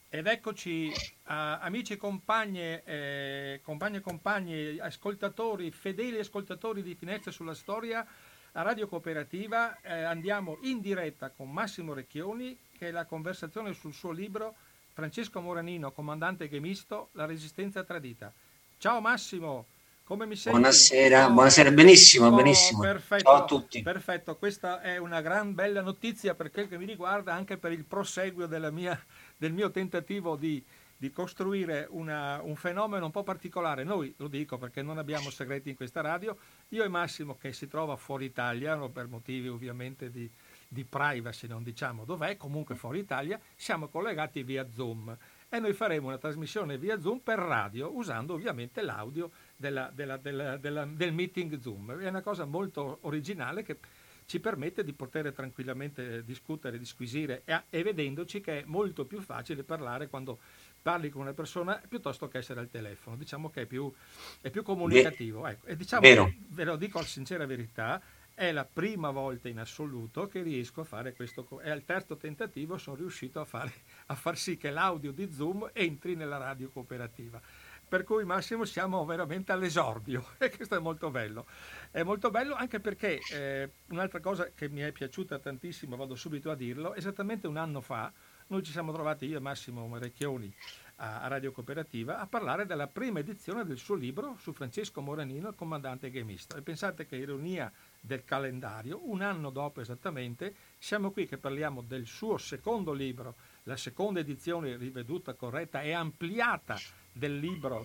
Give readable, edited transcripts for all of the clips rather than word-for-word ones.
Ed eccoci, amici e compagne, compagne e compagni, ascoltatori, fedeli ascoltatori di Finestre sulla Storia, a Radio Cooperativa. Andiamo in diretta con Massimo Recchioni, che è la conversazione sul suo libro Francesco Moranino, comandante ghemisto, La resistenza tradita. Ciao Massimo, come mi senti? Buonasera, buonasera, Oh, benissimo, oh, benissimo. Ciao a perfetto, tutti. perfetto. Questa è una gran bella notizia per quel che mi riguarda, anche per il proseguio del mio tentativo di costruire un fenomeno un po' particolare. Noi, lo dico perché non abbiamo segreti in questa radio, io e Massimo, che si trova fuori Italia, no, per motivi ovviamente di privacy, non diciamo dov'è, comunque fuori Italia, siamo collegati via Zoom e noi faremo una trasmissione via Zoom per radio, usando ovviamente l'audio del meeting Zoom. È una cosa molto originale che ci permette di poter tranquillamente discutere, disquisire e vedendoci che è molto più facile parlare quando parli con una persona piuttosto che essere al telefono. Diciamo che è più Ve- comunicativo. Ecco. E diciamo Vero. che, ve lo dico a sincera verità, è la prima volta in assoluto che riesco a fare questo. E al terzo tentativo sono riuscito a far sì che l'audio di Zoom entri nella radio cooperativa. Per cui Massimo siamo veramente all'esordio e questo è molto bello. È molto bello anche perché un'altra cosa che mi è piaciuta tantissimo, vado subito a dirlo, esattamente un anno fa noi ci siamo trovati io e Massimo Marecchioni a Radio Cooperativa a parlare della prima edizione del suo libro su Francesco Moranino, il comandante ghemista. E pensate che ironia del calendario, un anno dopo esattamente, siamo qui che parliamo del suo secondo libro, la seconda edizione riveduta, corretta e ampliata del libro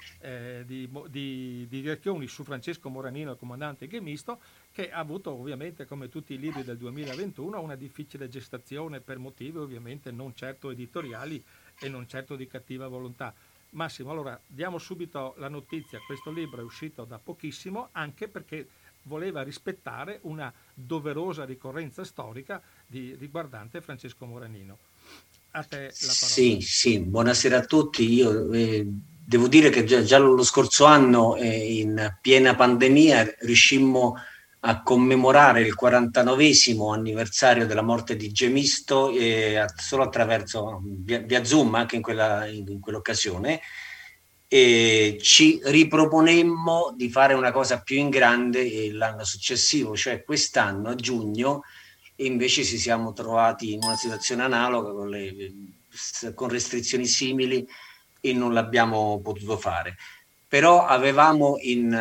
di Recchioni su Francesco Moranino, il comandante ghemisto, che ha avuto ovviamente, come tutti i libri del 2021, una difficile gestazione per motivi ovviamente non certo editoriali e non certo di cattiva volontà. Massimo, allora diamo subito la notizia, questo libro è uscito da pochissimo anche perché voleva rispettare una doverosa ricorrenza storica riguardante Francesco Moranino. A te la parola. Sì, sì, buonasera a tutti. Io devo dire che già lo scorso anno, in piena pandemia, riuscimmo a commemorare il 49esimo anniversario della morte di Gemisto solo attraverso via Zoom, anche in quell'occasione. E ci riproponemmo di fare una cosa più in grande l'anno successivo, cioè quest'anno a giugno, e invece ci siamo trovati in una situazione analoga con restrizioni simili e non l'abbiamo potuto fare. Però avevamo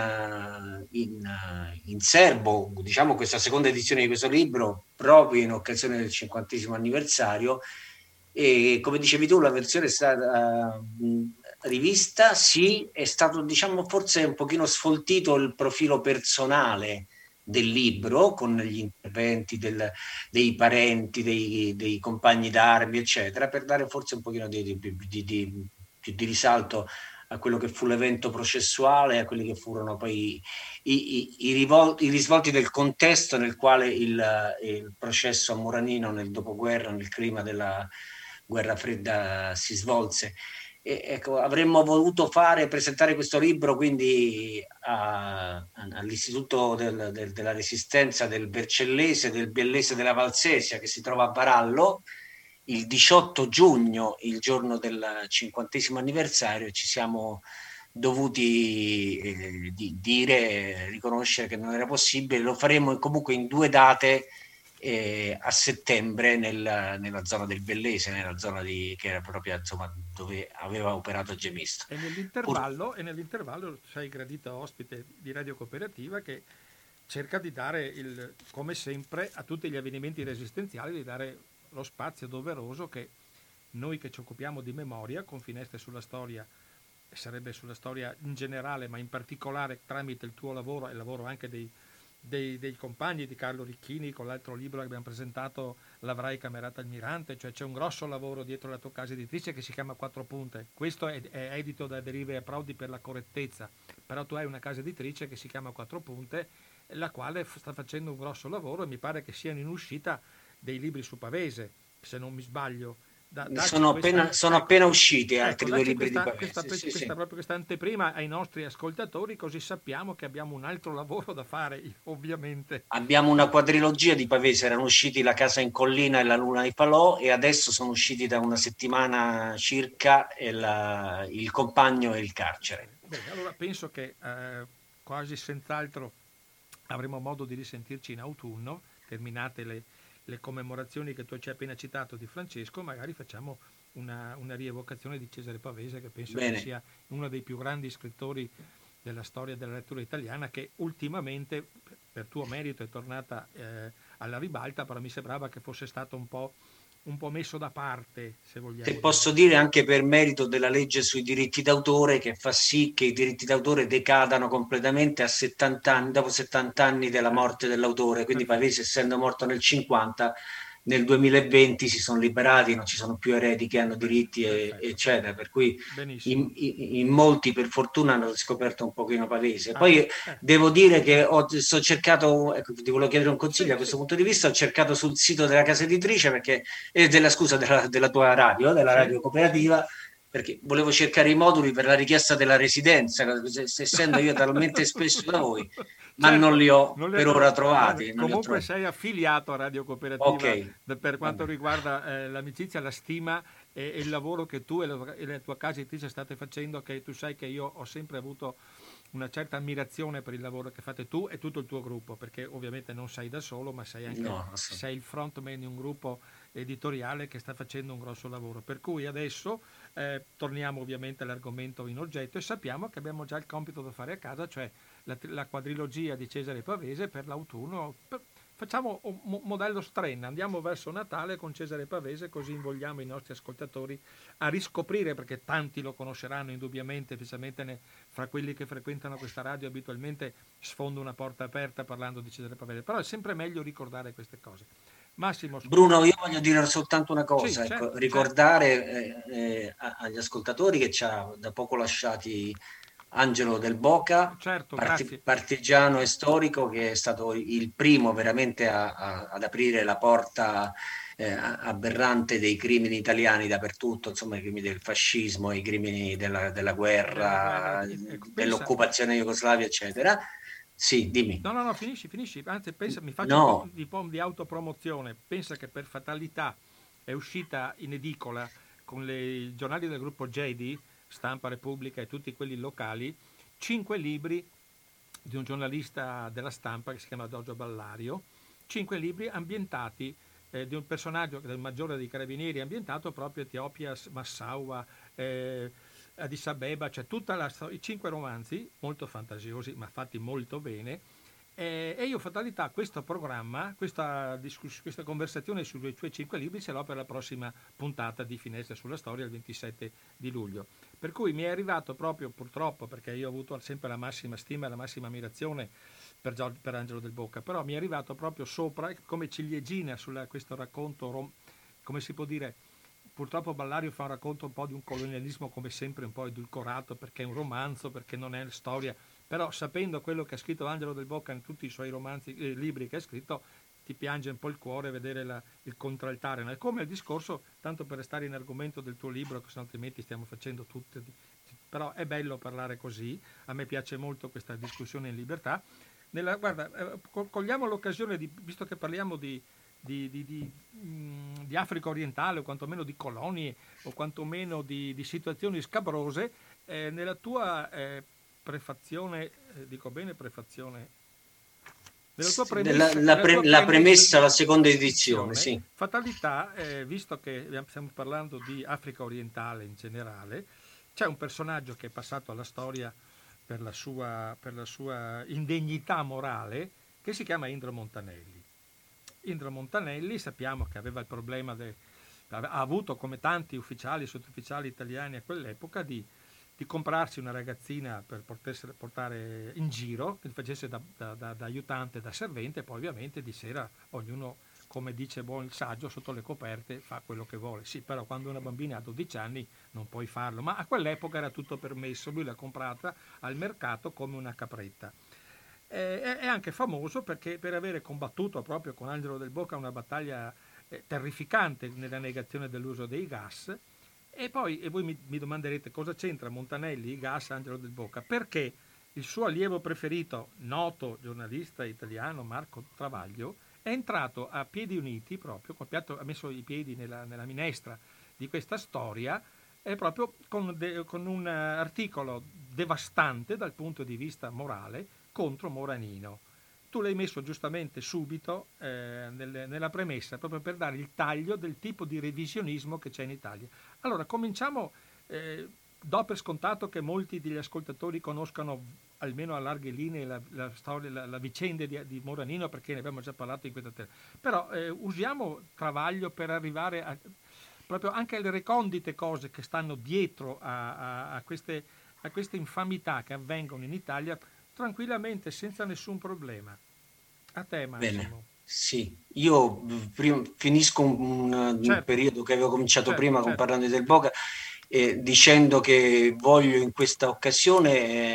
in serbo, diciamo, questa seconda edizione di questo libro proprio in occasione del 50° anniversario, e come dicevi tu la versione è stata rivista, sì, è stato, diciamo, forse un pochino sfoltito il profilo personale del libro con gli interventi dei parenti, dei compagni d'armi, eccetera, per dare forse un pochino di risalto a quello che fu l'evento processuale, a quelli che furono poi i risvolti del contesto nel quale il processo a Moranino nel dopoguerra, nel clima della guerra fredda si svolse. Ecco, avremmo voluto presentare questo libro quindi all'Istituto della Resistenza del Vercellese, del Biellese della Valsesia, che si trova a Varallo, il 18 giugno, il giorno del 50° anniversario. Ci siamo dovuti riconoscere che non era possibile. Lo faremo comunque in due date, a settembre, nella zona del Bellese, nella zona che era proprio, insomma, dove aveva operato Gemisto. Pur- E nell'intervallo sei gradita ospite di Radio Cooperativa che cerca di dare, come sempre, a tutti gli avvenimenti resistenziali, di dare lo spazio doveroso che noi che ci occupiamo di memoria con Finestre sulla Storia, sarebbe sulla storia in generale, ma in particolare tramite il tuo lavoro e il lavoro anche dei compagni di Carlo Ricchini con l'altro libro che abbiamo presentato, L'avrai camerata almirante, cioè c'è un grosso lavoro dietro la tua casa editrice che si chiama Quattro Punte. Questo è edito da Derive e Prodi per la correttezza, però tu hai una casa editrice che si chiama Quattro Punte, la quale sta facendo un grosso lavoro e mi pare che siano in uscita dei libri su Pavese, se non mi sbaglio. Sono appena usciti altri due dacci libri di Pavese. proprio questa anteprima ai nostri ascoltatori, così sappiamo che abbiamo un altro lavoro da fare, ovviamente. Abbiamo una quadrilogia di Pavese, erano usciti La casa in collina e La luna di Falò, e adesso sono usciti da una settimana circa Il compagno e il carcere. Bene, allora penso che quasi senz'altro avremo modo di risentirci in autunno, terminate le commemorazioni che tu ci hai appena citato di Francesco, magari facciamo una rievocazione di Cesare Pavese, che penso che sia uno dei più grandi scrittori della storia della lettura italiana, che ultimamente, per tuo merito, è tornata alla ribalta, però mi sembrava che fosse stato un po' messo da parte, se vogliamo. Se posso dire anche per merito della legge sui diritti d'autore, che fa sì che i diritti d'autore decadano completamente a 70 anni, dopo 70 anni della morte dell'autore. Quindi Pavese, essendo morto nel 50, nel 2020 si sono liberati, non ci sono più eredi che hanno diritti, eccetera. Per cui in molti, per fortuna, hanno scoperto un pochino Pavese. Poi devo dire che sto cercato, ecco, ti volevo chiedere un consiglio a questo punto di vista. Ho cercato sul sito della casa editrice, perché della tua radio, della radio cooperativa, perché volevo cercare i moduli per la richiesta della residenza, essendo io talmente spesso da voi, ma non li ho per ora trovati. Comunque sei affiliato a Radio Cooperativa, per quanto riguarda l'amicizia, la stima e il lavoro che tu e la tua casa editrice state facendo, che tu sai che io ho sempre avuto una certa ammirazione per il lavoro che fate tu e tutto il tuo gruppo, perché ovviamente non sei da solo, ma sei anche sei il frontman di un gruppo editoriale che sta facendo un grosso lavoro. Per cui adesso torniamo ovviamente all'argomento in oggetto, e sappiamo che abbiamo già il compito da fare a casa, cioè la quadrilogia di Cesare Pavese per l'autunno. Facciamo un modello Strenna, andiamo verso Natale con Cesare Pavese, così invogliamo i nostri ascoltatori a riscoprire, perché tanti lo conosceranno indubbiamente, specialmente fra quelli che frequentano questa radio abitualmente sfondo una porta aperta parlando di Cesare Pavese, però è sempre meglio ricordare queste cose. Massimo. Bruno, io voglio dire soltanto una cosa, sì, certo, ricordare agli ascoltatori che ci ha da poco lasciati Angelo Del Boca, partigiano e storico, che è stato il primo veramente ad aprire la porta aberrante dei crimini italiani dappertutto, insomma i crimini del fascismo, i crimini della guerra, dell'occupazione Jugoslavia, eccetera. Sì, dimmi. No, finisci. Anzi, pensa, mi faccio un po' di autopromozione. Pensa che per fatalità è uscita in edicola con i giornali del gruppo JD, Stampa Repubblica e tutti quelli locali, 5 libri di un giornalista della Stampa che si chiama Giorgio Ballario, 5 libri ambientati di un personaggio del maggiore dei carabinieri, ambientato proprio a Etiopia, Massaua, Addis Abeba, cioè i 5 romanzi molto fantasiosi ma fatti molto bene, e io fatalità questo programma, questa conversazione sui suoi 5 libri ce l'ho per la prossima puntata di Finestre sulla Storia il 27 di luglio, per cui mi è arrivato proprio, purtroppo, perché io ho avuto sempre la massima stima e la massima ammirazione per Angelo Del Boca, però mi è arrivato proprio sopra come ciliegina su questo racconto, come si può dire. Purtroppo Ballario fa un racconto un po' di un colonialismo come sempre un po' edulcorato, perché è un romanzo, perché non è storia, però sapendo quello che ha scritto Angelo Del Boca in tutti i suoi romanzi, libri che ha scritto, ti piange un po' il cuore vedere il contraltare. È come il discorso, tanto per restare in argomento del tuo libro, che altrimenti stiamo facendo tutte, però è bello parlare così, a me piace molto questa discussione in libertà. Guarda, cogliamo l'occasione, visto che parliamo di Africa orientale, o quantomeno di colonie, o quantomeno di situazioni scabrose, nella tua prefazione, dico bene prefazione? Nella tua premessa, la premessa, la seconda edizione, sì. Fatalità, visto che stiamo parlando di Africa orientale in generale, c'è un personaggio che è passato alla storia per la sua indegnità morale, che si chiama Indro Montanelli. Indro Montanelli sappiamo che aveva il problema, ha avuto come tanti ufficiali e sottufficiali italiani a quell'epoca di comprarsi una ragazzina per potersela portare in giro, che facesse da aiutante, da servente, e poi ovviamente di sera ognuno, come dice buon saggio, sotto le coperte fa quello che vuole. Sì, però quando una bambina ha 12 anni non puoi farlo, ma a quell'epoca era tutto permesso, lui l'ha comprata al mercato come una capretta. È anche famoso perché per avere combattuto proprio con Angelo Del Boca una battaglia terrificante nella negazione dell'uso dei gas. E poi voi mi domanderete cosa c'entra Montanelli, i gas, Angelo Del Boca, perché il suo allievo preferito, noto giornalista italiano Marco Travaglio, è entrato a piedi uniti proprio, ha messo i piedi nella minestra di questa storia, proprio con un articolo devastante dal punto di vista morale contro Moranino. Tu l'hai messo giustamente subito nella premessa, proprio per dare il taglio del tipo di revisionismo che c'è in Italia. Allora, cominciamo, do per scontato che molti degli ascoltatori conoscano almeno a larghe linee la storia, la vicenda di Moranino, perché ne abbiamo già parlato in questa terra. Però usiamo Travaglio per arrivare proprio anche alle recondite cose che stanno dietro a queste infamità che avvengono in Italia, tranquillamente, senza nessun problema. A te, Massimo. Bene, sì, io finisco un Certo, periodo che avevo cominciato prima con certo. parlando di Del Boca, dicendo che voglio in questa occasione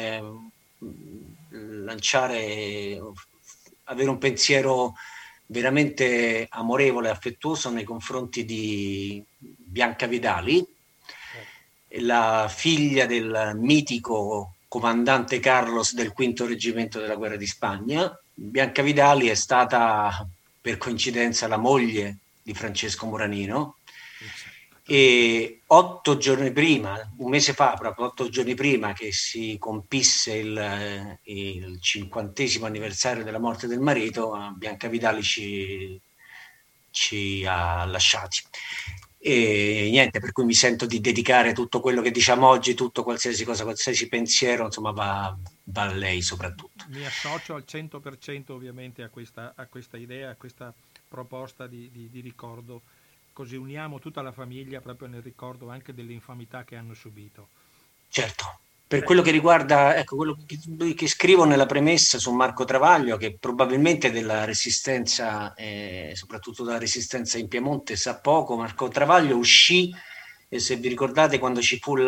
lanciare, avere un pensiero veramente amorevole e affettuoso nei confronti di Bianca Vidali, la figlia del mitico comandante Carlos del quinto reggimento della guerra di Spagna. Bianca Vidali è stata, per coincidenza, la moglie di Francesco Moranino. E 8 giorni prima, un mese fa, proprio 8 giorni prima che si compisse il 50° anniversario della morte del marito, Bianca Vidali ci ha lasciati. E niente, per cui mi sento di dedicare tutto quello che diciamo oggi, tutto qualsiasi cosa, qualsiasi pensiero, insomma, va a lei soprattutto. Mi associo al 100% ovviamente a questa idea, a questa proposta di ricordo, così uniamo tutta la famiglia proprio nel ricordo anche delle infamità che hanno subito. Certo. Per quello che riguarda, ecco, quello che scrivo nella premessa su Marco Travaglio, che probabilmente della resistenza, soprattutto della resistenza in Piemonte, sa poco. Marco Travaglio uscì, e se vi ricordate, quando ci fu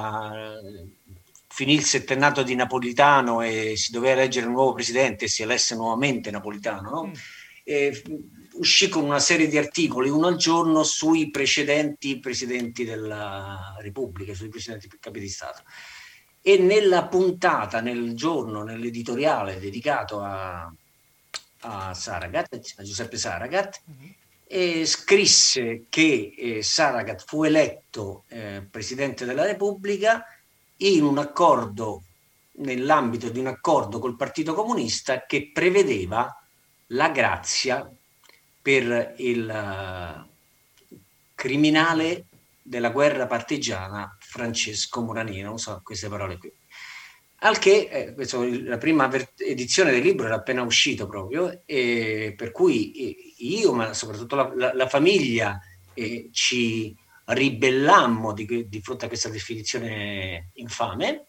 finì il settennato di Napolitano e si doveva eleggere un nuovo presidente e si elesse nuovamente Napolitano, no? Uscì con una serie di articoli, uno al giorno, sui precedenti presidenti della Repubblica, sui precedenti capi di Stato. E nella puntata, nel giorno, nell'editoriale dedicato a Saragat, a Giuseppe Saragat, scrisse che Saragat fu eletto presidente della Repubblica in un accordo, nell'ambito di un accordo col Partito Comunista che prevedeva la grazia per il criminale della guerra partigiana Francesco Moranino, non so queste parole qui. Al che la prima edizione del libro era appena uscito proprio, per cui io, ma soprattutto la famiglia, ci ribellammo di fronte a questa definizione infame,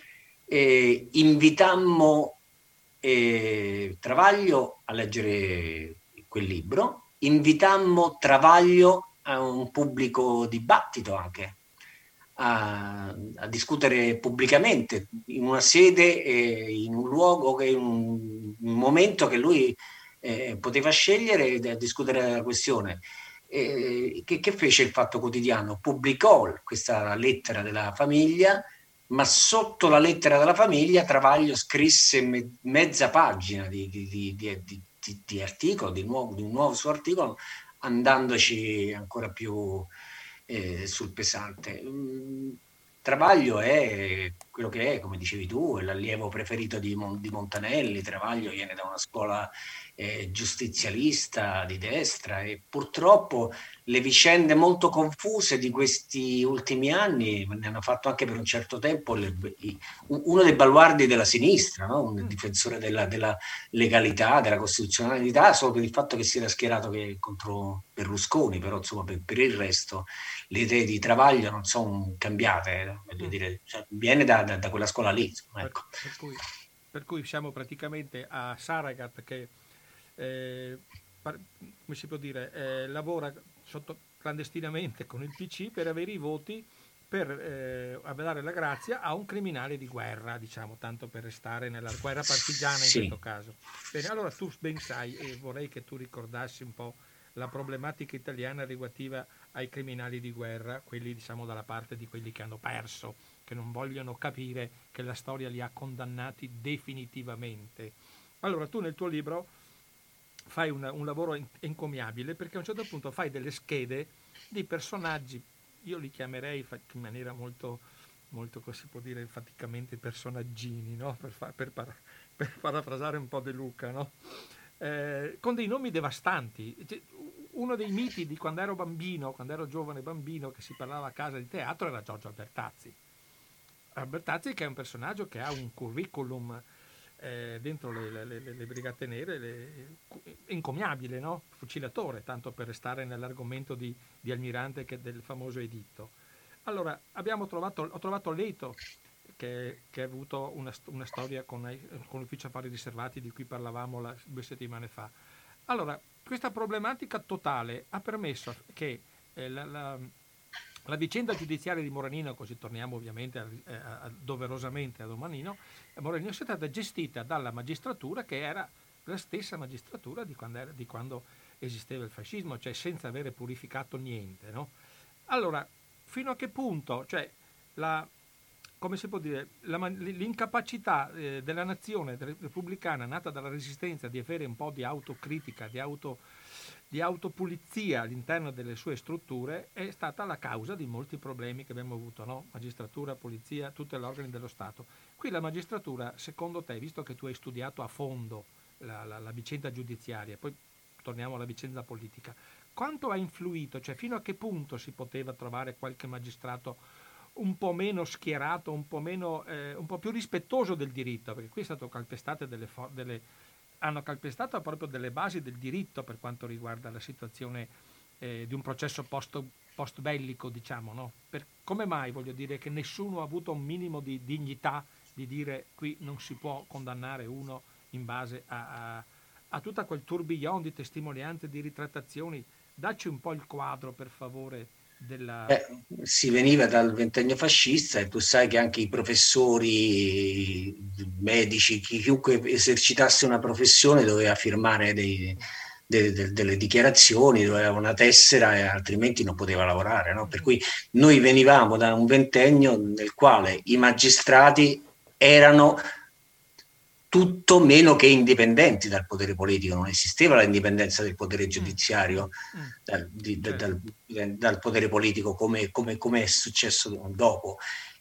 invitammo Travaglio a leggere quel libro, invitammo Travaglio a un pubblico dibattito anche, a discutere pubblicamente in una sede, in un luogo, in un momento che lui poteva scegliere, a discutere la questione. Che fece il Fatto Quotidiano? Pubblicò questa lettera della famiglia, ma sotto la lettera della famiglia Travaglio scrisse mezza pagina di articolo, di un nuovo suo articolo, andandoci ancora più sul pesante. Travaglio è quello che è, come dicevi tu, è l'allievo preferito di Montanelli. Travaglio viene da una scuola giustizialista di destra e purtroppo le vicende molto confuse di questi ultimi anni ne hanno fatto anche per un certo tempo uno dei baluardi della sinistra, no? Un difensore della legalità, della costituzionalità, solo per il fatto che si era schierato contro Berlusconi, però insomma per il resto le idee di Travaglio non sono cambiate, voglio dire, cioè, viene da quella scuola lì. Insomma, ecco. Per cui siamo praticamente a Saragat che come si può dire, lavora clandestinamente con il PC per avere i voti per dare la grazia a un criminale di guerra, diciamo, tanto per restare nella guerra partigiana in questo caso. Bene, allora tu ben sai, e vorrei che tu ricordassi un po' la problematica italiana relativa ai criminali di guerra, quelli diciamo dalla parte di quelli che hanno perso, che non vogliono capire che la storia li ha condannati definitivamente. Allora tu nel tuo libro fai un lavoro encomiabile, perché a un certo punto fai delle schede di personaggi, io li chiamerei in maniera molto, molto, così si può dire, enfaticamente personaggini, no? Per parafrasare un po' De Luca, no? Con dei nomi devastanti. Uno dei miti di quando ero bambino, quando ero giovane bambino, che si parlava a casa di teatro, era Giorgio Albertazzi. Albertazzi, che è un personaggio che ha un curriculum dentro le Brigate Nere encomiabile, no? Fucilatore, tanto per restare nell'argomento di Almirante, che del famoso editto. Allora ho trovato Leito, che ha avuto una storia con l'ufficio affari riservati di cui parlavamo 2 settimane fa. Allora, questa problematica totale ha permesso che la vicenda giudiziaria di Moranino, così torniamo ovviamente doverosamente a Moranino, è stata gestita dalla magistratura, che era la stessa magistratura di quando esisteva il fascismo, cioè senza avere purificato niente, no? Allora, fino a che punto, cioè, come si può dire, l'incapacità della nazione repubblicana nata dalla resistenza di avere un po' di autocritica, di autopulizia all'interno delle sue strutture è stata la causa di molti problemi che abbiamo avuto, no? Magistratura, polizia, tutti gli organi dello Stato. Qui la magistratura, secondo te, visto che tu hai studiato a fondo la vicenda giudiziaria, poi torniamo alla vicenda politica, quanto ha influito, cioè fino a che punto si poteva trovare qualche magistrato un po' meno schierato, un po' più rispettoso del diritto, perché qui è stato calpestate hanno calpestato proprio delle basi del diritto per quanto riguarda la situazione di un processo post bellico, diciamo, no? Come mai, voglio dire, che nessuno ha avuto un minimo di dignità di dire qui non si può condannare uno in base a tutto quel tourbillon di testimonianze, di ritrattazioni? Dacci un po' il quadro, per favore, della... Si veniva dal ventennio fascista e tu sai che anche i professori, medici, chiunque esercitasse una professione doveva firmare delle dichiarazioni, doveva una tessera, e altrimenti non poteva lavorare, no? Per cui noi venivamo da un ventennio nel quale i magistrati erano tutto meno che indipendenti dal potere politico, non esisteva l'indipendenza del potere giudiziario dal potere politico come è successo dopo.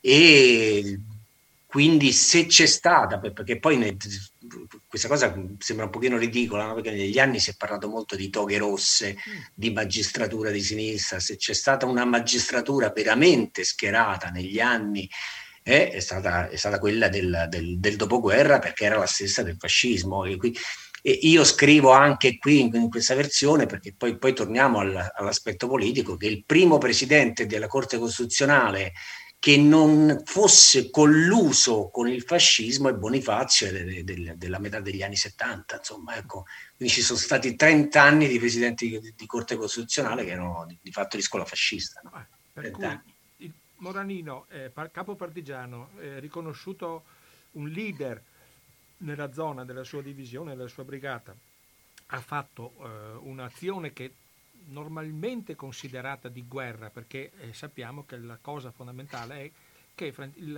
E quindi se c'è stata, perché poi questa cosa sembra un pochino ridicola, no? Perché negli anni si è parlato molto di toghe rosse, di magistratura di sinistra, se c'è stata una magistratura veramente schierata negli anni è stata quella del dopoguerra, perché era la stessa del fascismo. E io scrivo anche qui in questa versione, perché poi torniamo all'aspetto politico, che il primo presidente della Corte Costituzionale che non fosse colluso con il fascismo è Bonifazio della metà degli anni 70, insomma, ecco. Quindi ci sono stati 30 anni di presidenti di Corte Costituzionale che erano di fatto di scuola fascista, no? Per cui il Moranino, capo partigiano, riconosciuto un leader nella zona della sua divisione, della sua brigata, ha fatto un'azione che normalmente considerata di guerra, perché sappiamo che la cosa fondamentale è che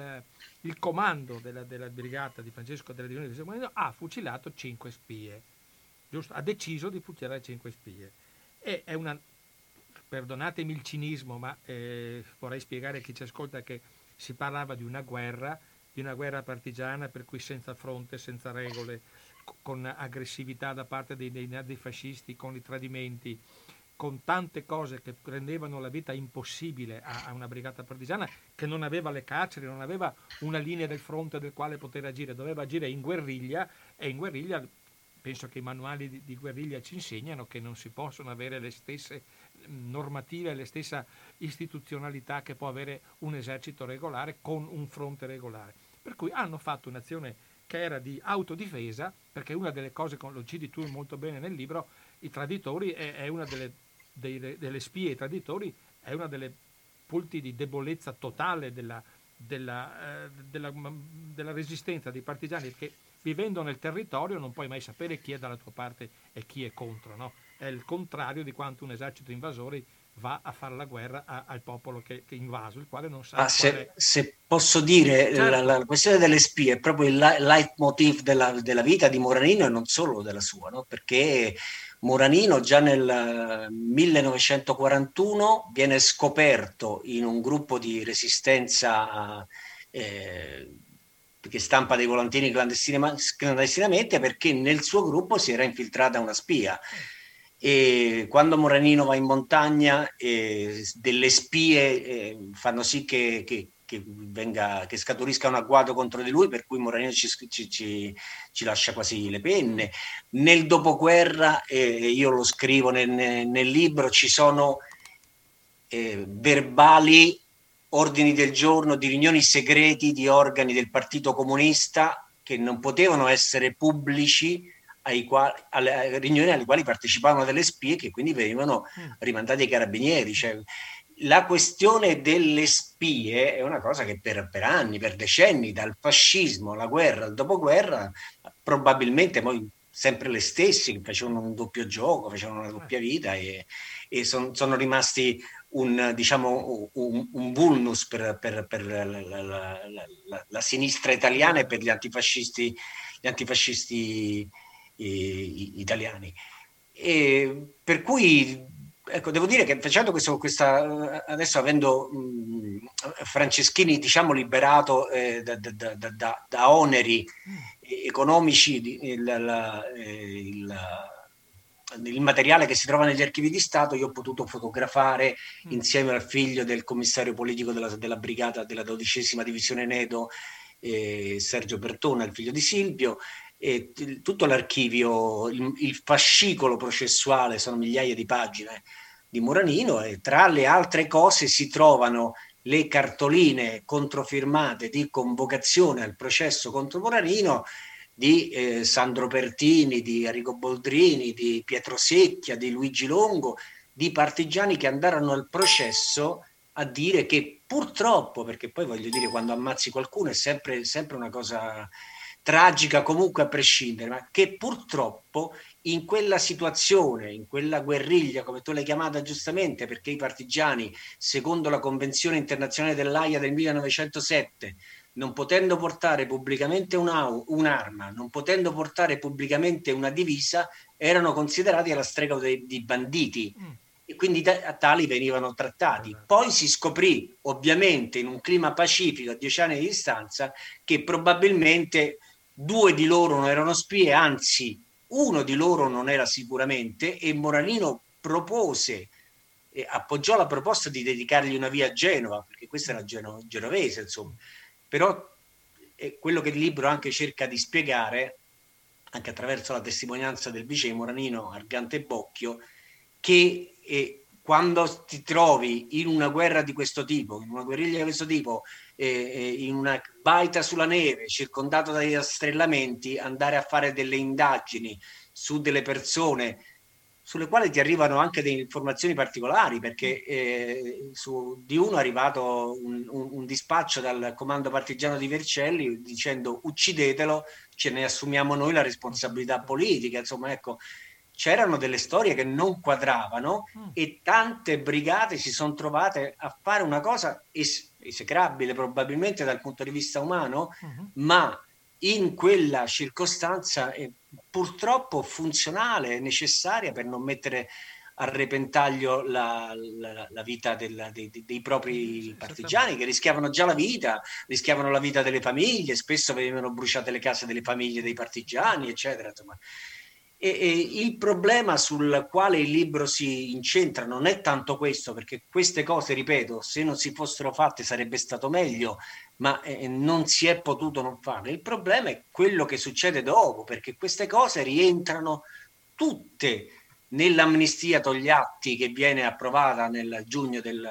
il comando della brigata di Francesco della divisione di Moranino ha fucilato 5 spie, giusto? Ha deciso di fucilare 5 spie. E è una, perdonatemi il cinismo, ma vorrei spiegare a chi ci ascolta che si parlava di una guerra partigiana, per cui senza fronte, senza regole, con aggressività da parte dei fascisti, con i tradimenti, con tante cose che rendevano la vita impossibile a una brigata partigiana che non aveva le carceri, non aveva una linea del fronte del quale poter agire, doveva agire in guerriglia, e in guerriglia penso che i manuali di guerriglia ci insegnano che non si possono avere le stesse normative, le stesse istituzionalità che può avere un esercito regolare con un fronte regolare. Per cui hanno fatto un'azione che era di autodifesa, perché una delle cose, lo citi tu molto bene nel libro, i traditori è una delle spie, i traditori è una delle punti di debolezza totale della resistenza dei partigiani, che vivendo nel territorio non puoi mai sapere chi è dalla tua parte e chi è contro, no? è il contrario di quanto un esercito invasore va a fare la guerra al popolo che è invaso, il quale non sa Ah, in quale... se posso dire, Certo, la questione delle spie è proprio il leitmotiv della vita di Moranino e non solo della sua, no? Perché Moranino già nel 1941 viene scoperto in un gruppo di resistenza che stampa dei volantini clandestinamente perché nel suo gruppo si era infiltrata una spia. E quando Moranino va in montagna, delle spie fanno sì che scaturisca un agguato contro di lui, per cui Moranino ci lascia quasi le penne. Nel dopoguerra, io lo scrivo nel libro, ci sono verbali, ordini del giorno di riunioni segreti di organi del Partito Comunista che non potevano essere pubblici, alle riunioni alle quali partecipavano delle spie che quindi venivano rimandati ai carabinieri. Cioè, la questione delle spie è una cosa che per anni, per decenni, dal fascismo alla guerra, al dopoguerra, probabilmente poi sempre le stesse che facevano un doppio gioco, facevano una doppia vita e sono rimasti diciamo, un vulnus per la sinistra italiana e per gli antifascisti italiani. E per cui, ecco, devo dire che facendo adesso avendo Franceschini, diciamo, liberato da oneri economici, il materiale che si trova negli archivi di Stato, io ho potuto fotografare insieme al figlio del commissario politico della brigata della 12ª divisione Nedo, Sergio Bertona, il figlio di Silvio, tutto l'archivio, il fascicolo processuale, sono migliaia di pagine di Moranino, e tra le altre cose si trovano le cartoline controfirmate di convocazione al processo contro Moranino di Sandro Pertini, di Enrico Boldrini, di Pietro Secchia, di Luigi Longo, di partigiani che andarono al processo a dire che purtroppo, perché poi voglio dire, quando ammazzi qualcuno è sempre una cosa tragica comunque a prescindere, ma che purtroppo in quella situazione, in quella guerriglia, come tu l'hai chiamata giustamente, perché i partigiani, secondo la Convenzione internazionale dell'Aia del 1907, non potendo portare pubblicamente un'arma, non potendo portare pubblicamente una divisa, erano considerati alla stregua di banditi e quindi tali venivano trattati. Poi si scoprì, ovviamente in un clima pacifico a 10 anni di distanza, che probabilmente 2 di loro non erano spie, anzi uno di loro non era sicuramente, e Moranino appoggiò la proposta di dedicargli una via a Genova, perché questa era genovese, insomma. Però quello che il libro anche cerca di spiegare, anche attraverso la testimonianza del vice Moranino, Argante Bocchio, che quando ti trovi in una guerra di questo tipo, in una guerriglia di questo tipo, in una baita sulla neve, circondato dai rastrellamenti, andare a fare delle indagini su delle persone sulle quali ti arrivano anche delle informazioni particolari, perché di uno è arrivato un dispaccio dal comando partigiano di Vercelli dicendo uccidetelo, ce ne assumiamo noi la responsabilità politica. Insomma, ecco, c'erano delle storie che non quadravano e tante brigate si sono trovate a fare una cosa esecrabile probabilmente dal punto di vista umano, ma in quella circostanza purtroppo funzionale, necessaria per non mettere a repentaglio la vita dei propri partigiani, che rischiavano già la vita, rischiavano la vita delle famiglie, spesso venivano bruciate le case delle famiglie dei partigiani, eccetera. Insomma. E il problema sul quale il libro si incentra non è tanto questo, perché queste cose, ripeto, se non si fossero fatte sarebbe stato meglio, ma non si è potuto non farlo. Il problema è quello che succede dopo, perché queste cose rientrano tutte nell'amnistia Togliatti che viene approvata nel giugno del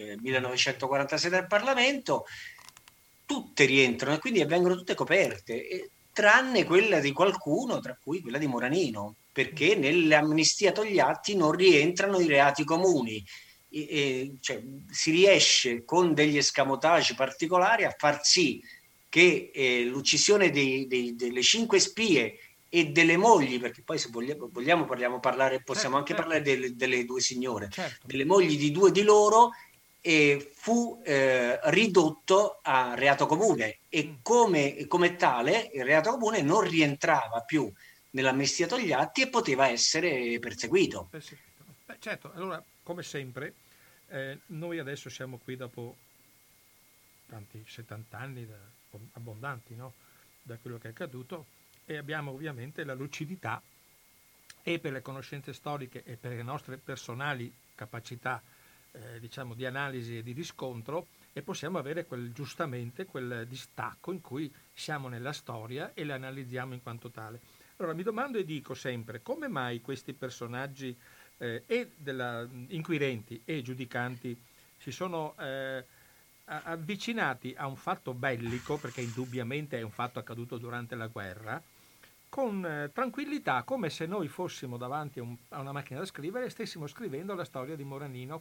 1946 dal Parlamento, tutte rientrano e quindi vengono tutte coperte, tranne quella di qualcuno, tra cui quella di Moranino, perché nell'amnistia Togliatti non rientrano i reati comuni. Cioè, si riesce con degli escamotage particolari a far sì che l'uccisione delle 5 spie e delle mogli, perché poi se vogliamo possiamo anche certo, parlare delle due signore, certo. delle mogli di due di loro, e fu ridotto a reato comune e come tale il reato comune non rientrava più nell'amnistia agli atti e poteva essere perseguito. Perseguito. Beh, certo, allora, come sempre, noi adesso siamo qui dopo tanti 70 anni abbondanti, no? Da quello che è accaduto, e abbiamo ovviamente la lucidità e per le conoscenze storiche e per le nostre personali capacità diciamo di analisi e di riscontro, e possiamo avere giustamente quel distacco in cui siamo nella storia e la analizziamo in quanto tale. Allora mi domando e dico sempre come mai questi personaggi inquirenti e giudicanti si sono avvicinati a un fatto bellico, perché indubbiamente è un fatto accaduto durante la guerra, con tranquillità, come se noi fossimo davanti a una macchina da scrivere e stessimo scrivendo la storia di Moranino,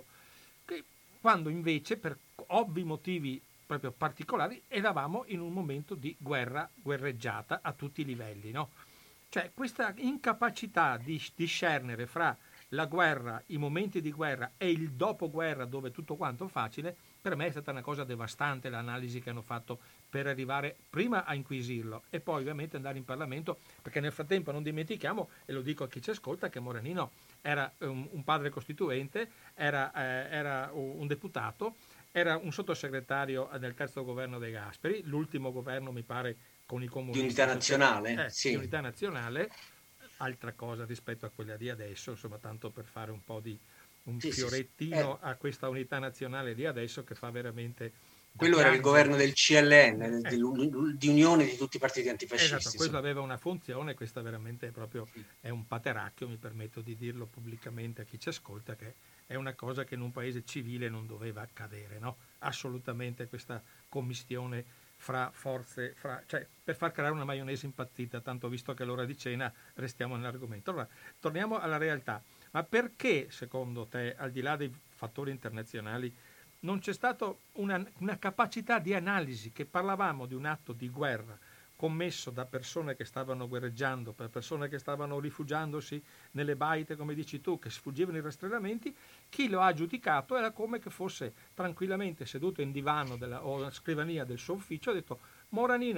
quando invece, per ovvi motivi proprio particolari, eravamo in un momento di guerreggiata a tutti i livelli, no? Cioè questa incapacità di discernere fra la guerra, i momenti di guerra e il dopoguerra dove tutto quanto facile, per me è stata una cosa devastante l'analisi che hanno fatto per arrivare prima a inquisirlo e poi ovviamente andare in Parlamento, perché nel frattempo non dimentichiamo, e lo dico a chi ci ascolta, che Moranino era un padre costituente, era un deputato, era un sottosegretario del terzo governo De Gasperi, l'ultimo governo mi pare con i Di comunisti, unità nazionale, di sì. unità nazionale, altra cosa rispetto a quella di adesso, insomma, tanto per fare un po' di un Sì, sì, sì. fiorettino a questa unità nazionale di adesso che fa veramente da Quello era il piangere. governo del CLN, Ecco, di unione di tutti i partiti esatto, antifascisti. quello Insomma. aveva una funzione, questa veramente è un pateracchio, mi permetto di dirlo pubblicamente a chi ci ascolta, che è una cosa che in un paese civile non doveva accadere, no? Assolutamente questa commistione fra forze, cioè per far creare una maionese impazzita, tanto visto che è l'ora di cena restiamo nell'argomento. Allora, torniamo alla realtà. Ma perché, secondo te, al di là dei fattori internazionali, non c'è stata una capacità di analisi, che parlavamo di un atto di guerra commesso da persone che stavano guerreggiando, per persone che stavano rifugiandosi nelle baite, come dici tu, che sfuggivano i rastrellamenti, chi lo ha giudicato era come che fosse tranquillamente seduto in divano o alla scrivania del suo ufficio, ha detto Moranino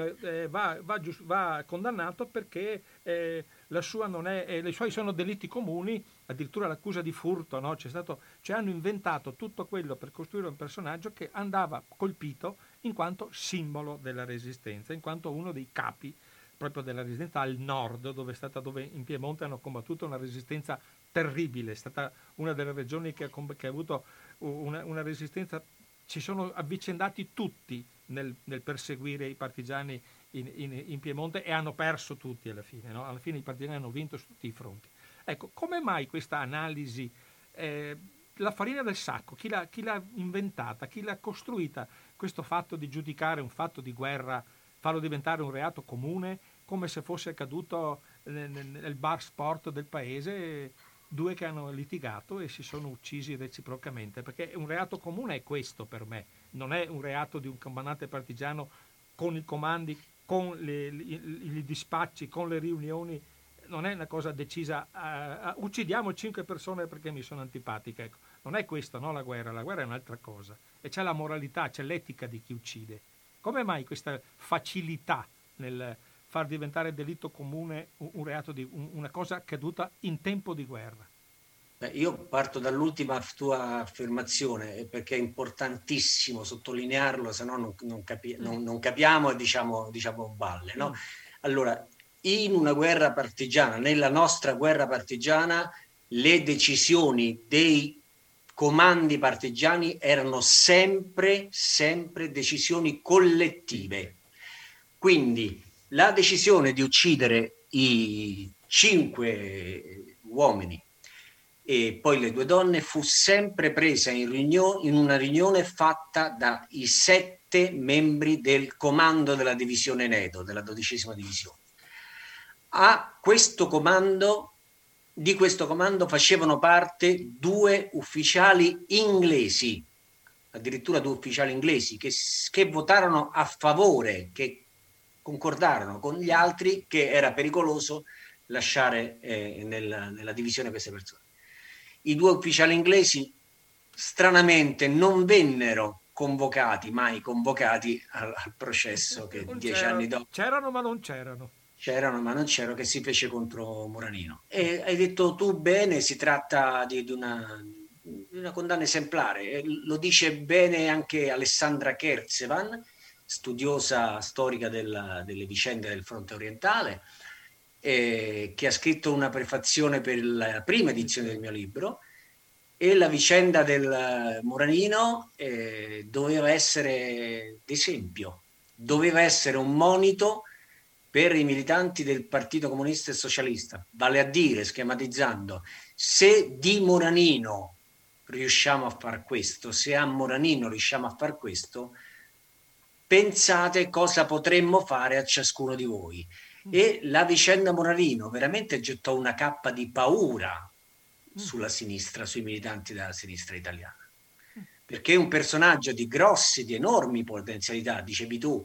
va condannato perché la sua non è, i suoi sono delitti comuni, addirittura l'accusa di furto, no? Hanno inventato tutto quello per costruire un personaggio che andava colpito in quanto simbolo della resistenza, in quanto uno dei capi proprio della resistenza al nord, dove in Piemonte hanno combattuto una resistenza terribile, è stata una delle regioni che ha avuto una resistenza, ci sono avvicendati tutti nel perseguire i partigiani in Piemonte e hanno perso tutti alla fine, no? Alla fine i partigiani hanno vinto su tutti i fronti. Ecco, come mai questa analisi, la farina del sacco, chi l'ha inventata, chi l'ha costruita, questo fatto di giudicare un fatto di guerra, farlo diventare un reato comune, come se fosse accaduto nel bar sport del paese, due che hanno litigato e si sono uccisi reciprocamente, perché un reato comune è questo per me, non è un reato di un comandante partigiano con i comandi, con i dispacci, con le riunioni, non è una cosa decisa, uccidiamo 5 persone perché mi sono antipatica, ecco. Non è questo, no, la guerra è un'altra cosa. E c'è la moralità, c'è l'etica di chi uccide. Come mai questa facilità nel far diventare delitto comune un reato una cosa accaduta in tempo di guerra? Io parto dall'ultima tua affermazione perché è importantissimo sottolinearlo, se no non capiamo e diciamo balle. No? Allora, in una guerra partigiana, nella nostra guerra partigiana, le decisioni dei comandi partigiani erano sempre decisioni collettive. Quindi la decisione di uccidere i 5 uomini e poi le 2 donne fu sempre presa in una riunione fatta dai 7 membri del comando della divisione Neto, della 12ª divisione. Di questo comando facevano parte 2 ufficiali inglesi, addirittura 2 ufficiali inglesi che votarono a favore, che concordarono con gli altri che era pericoloso lasciare nella divisione queste persone. I 2 ufficiali inglesi stranamente non vennero mai convocati al processo che 10 anni dopo c'erano ma non c'erano. c'erano, ma non c'ero, che si fece contro Moranino. E hai detto tu bene, si tratta di una condanna esemplare. E lo dice bene anche Alessandra Kerzevan, studiosa storica delle vicende del fronte orientale, che ha scritto una prefazione per la prima edizione del mio libro. E la vicenda del Moranino doveva essere d'esempio, doveva essere un monito per i militanti del Partito Comunista e Socialista, vale a dire, schematizzando, se di Moranino riusciamo a far questo, se a Moranino riusciamo a far questo, pensate cosa potremmo fare a ciascuno di voi. E la vicenda Moranino veramente gettò una cappa di paura sulla sinistra, sui militanti della sinistra italiana, perché è un personaggio di enormi potenzialità, dicevi tu,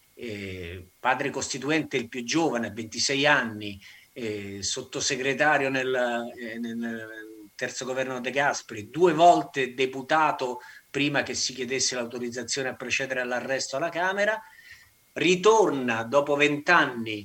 padre costituente il più giovane, a 26 anni, sottosegretario nel terzo governo De Gasperi, 2 volte deputato prima che si chiedesse l'autorizzazione a procedere all'arresto alla Camera, ritorna dopo 20 anni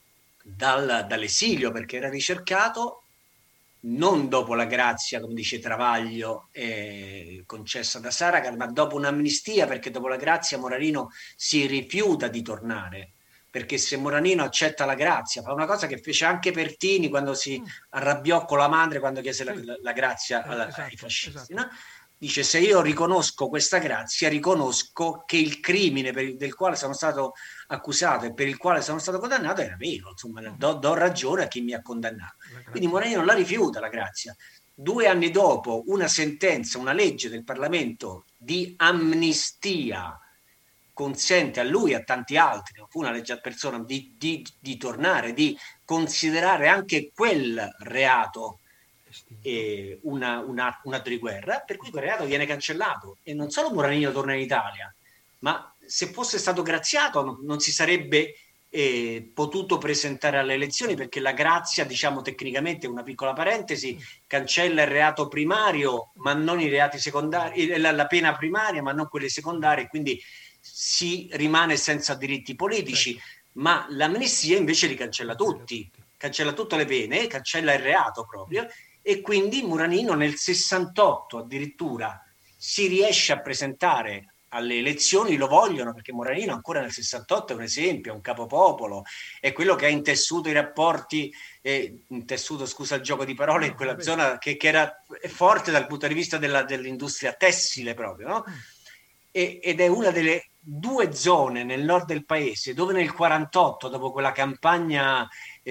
dall'esilio perché era ricercato, non dopo la grazia, come dice Travaglio, concessa da Saragat, ma dopo un'amnistia, perché dopo la grazia Moranino si rifiuta di tornare, perché se Moranino accetta la grazia, fa una cosa che fece anche Pertini quando si arrabbiò con la madre quando chiese la grazia ai fascisti, esatto. No? Dice: se io riconosco questa grazia, riconosco che il crimine del quale sono stato accusato e per il quale sono stato condannato era vero, insomma, do ragione a chi mi ha condannato. Quindi Moranino la rifiuta la grazia. 2 anni dopo una sentenza, una legge del Parlamento di amnistia consente a lui e a tanti altri, non fu una legge ad persona, di tornare, di considerare anche quel reato un atto di guerra, per cui quel reato viene cancellato e non solo Moranino torna in Italia, ma se fosse stato graziato non si sarebbe potuto presentare alle elezioni, perché la grazia, diciamo tecnicamente, una piccola parentesi, cancella il reato primario ma non i reati secondari, la pena primaria ma non quelle secondarie, quindi si rimane senza diritti politici, certo. Ma l'amnistia invece li cancella tutti, cancella tutte le pene, cancella il reato proprio, e quindi Moranino nel 68 addirittura si riesce a presentare alle elezioni, lo vogliono perché Moranino ancora nel 68 è un esempio, è un capopopolo, è quello che ha intessuto i rapporti, scusa il gioco di parole, in quella zona che era forte dal punto di vista dell'industria tessile proprio, no? Ed è una delle 2 zone nel nord del paese dove nel 48, dopo quella campagna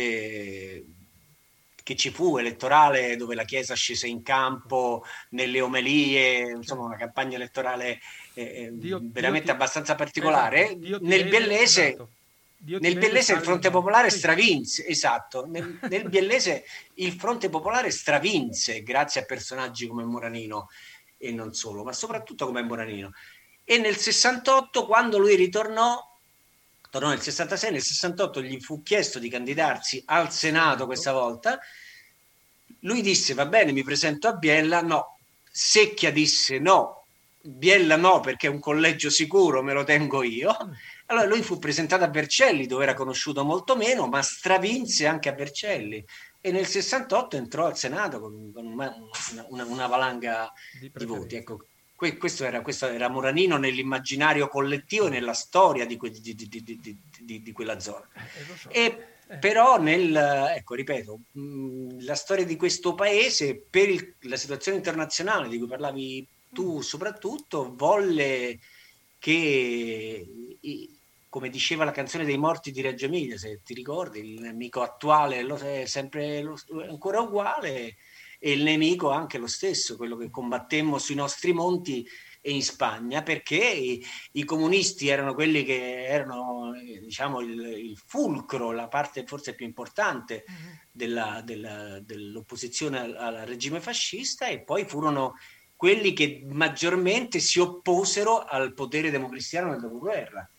che ci fu elettorale, dove la Chiesa scese in campo nelle omelie, insomma una campagna elettorale veramente abbastanza particolare, esatto. Nel Biellese, esatto. Nel Biellese il Fronte Popolare stravinse, esatto, nel Biellese il Fronte Popolare stravinse grazie a personaggi come Moranino e non solo, ma soprattutto come Moranino. E nel 68, quando lui tornò nel 66, nel 68 gli fu chiesto di candidarsi al Senato questa volta, lui disse: va bene, mi presento a Biella. No, Secchia disse no, Biella no, perché è un collegio sicuro, me lo tengo io. Allora lui fu presentato a Vercelli, dove era conosciuto molto meno, ma stravinse anche a Vercelli, e nel 68 entrò al Senato con una valanga di voti. Ecco, questo era Moranino nell'immaginario collettivo e nella storia di quella zona. Però ecco, ripeto, la storia di questo paese, per la situazione internazionale di cui parlavi tu soprattutto, volle che, come diceva la canzone dei Morti di Reggio Emilia, se ti ricordi, il nemico attuale è sempre ancora uguale, e il nemico anche lo stesso, quello che combattemmo sui nostri monti e in Spagna, perché i comunisti erano quelli che erano, diciamo, il fulcro, la parte forse più importante dell'opposizione al regime fascista, e poi furono quelli che maggiormente si opposero al potere democristiano nel dopoguerra.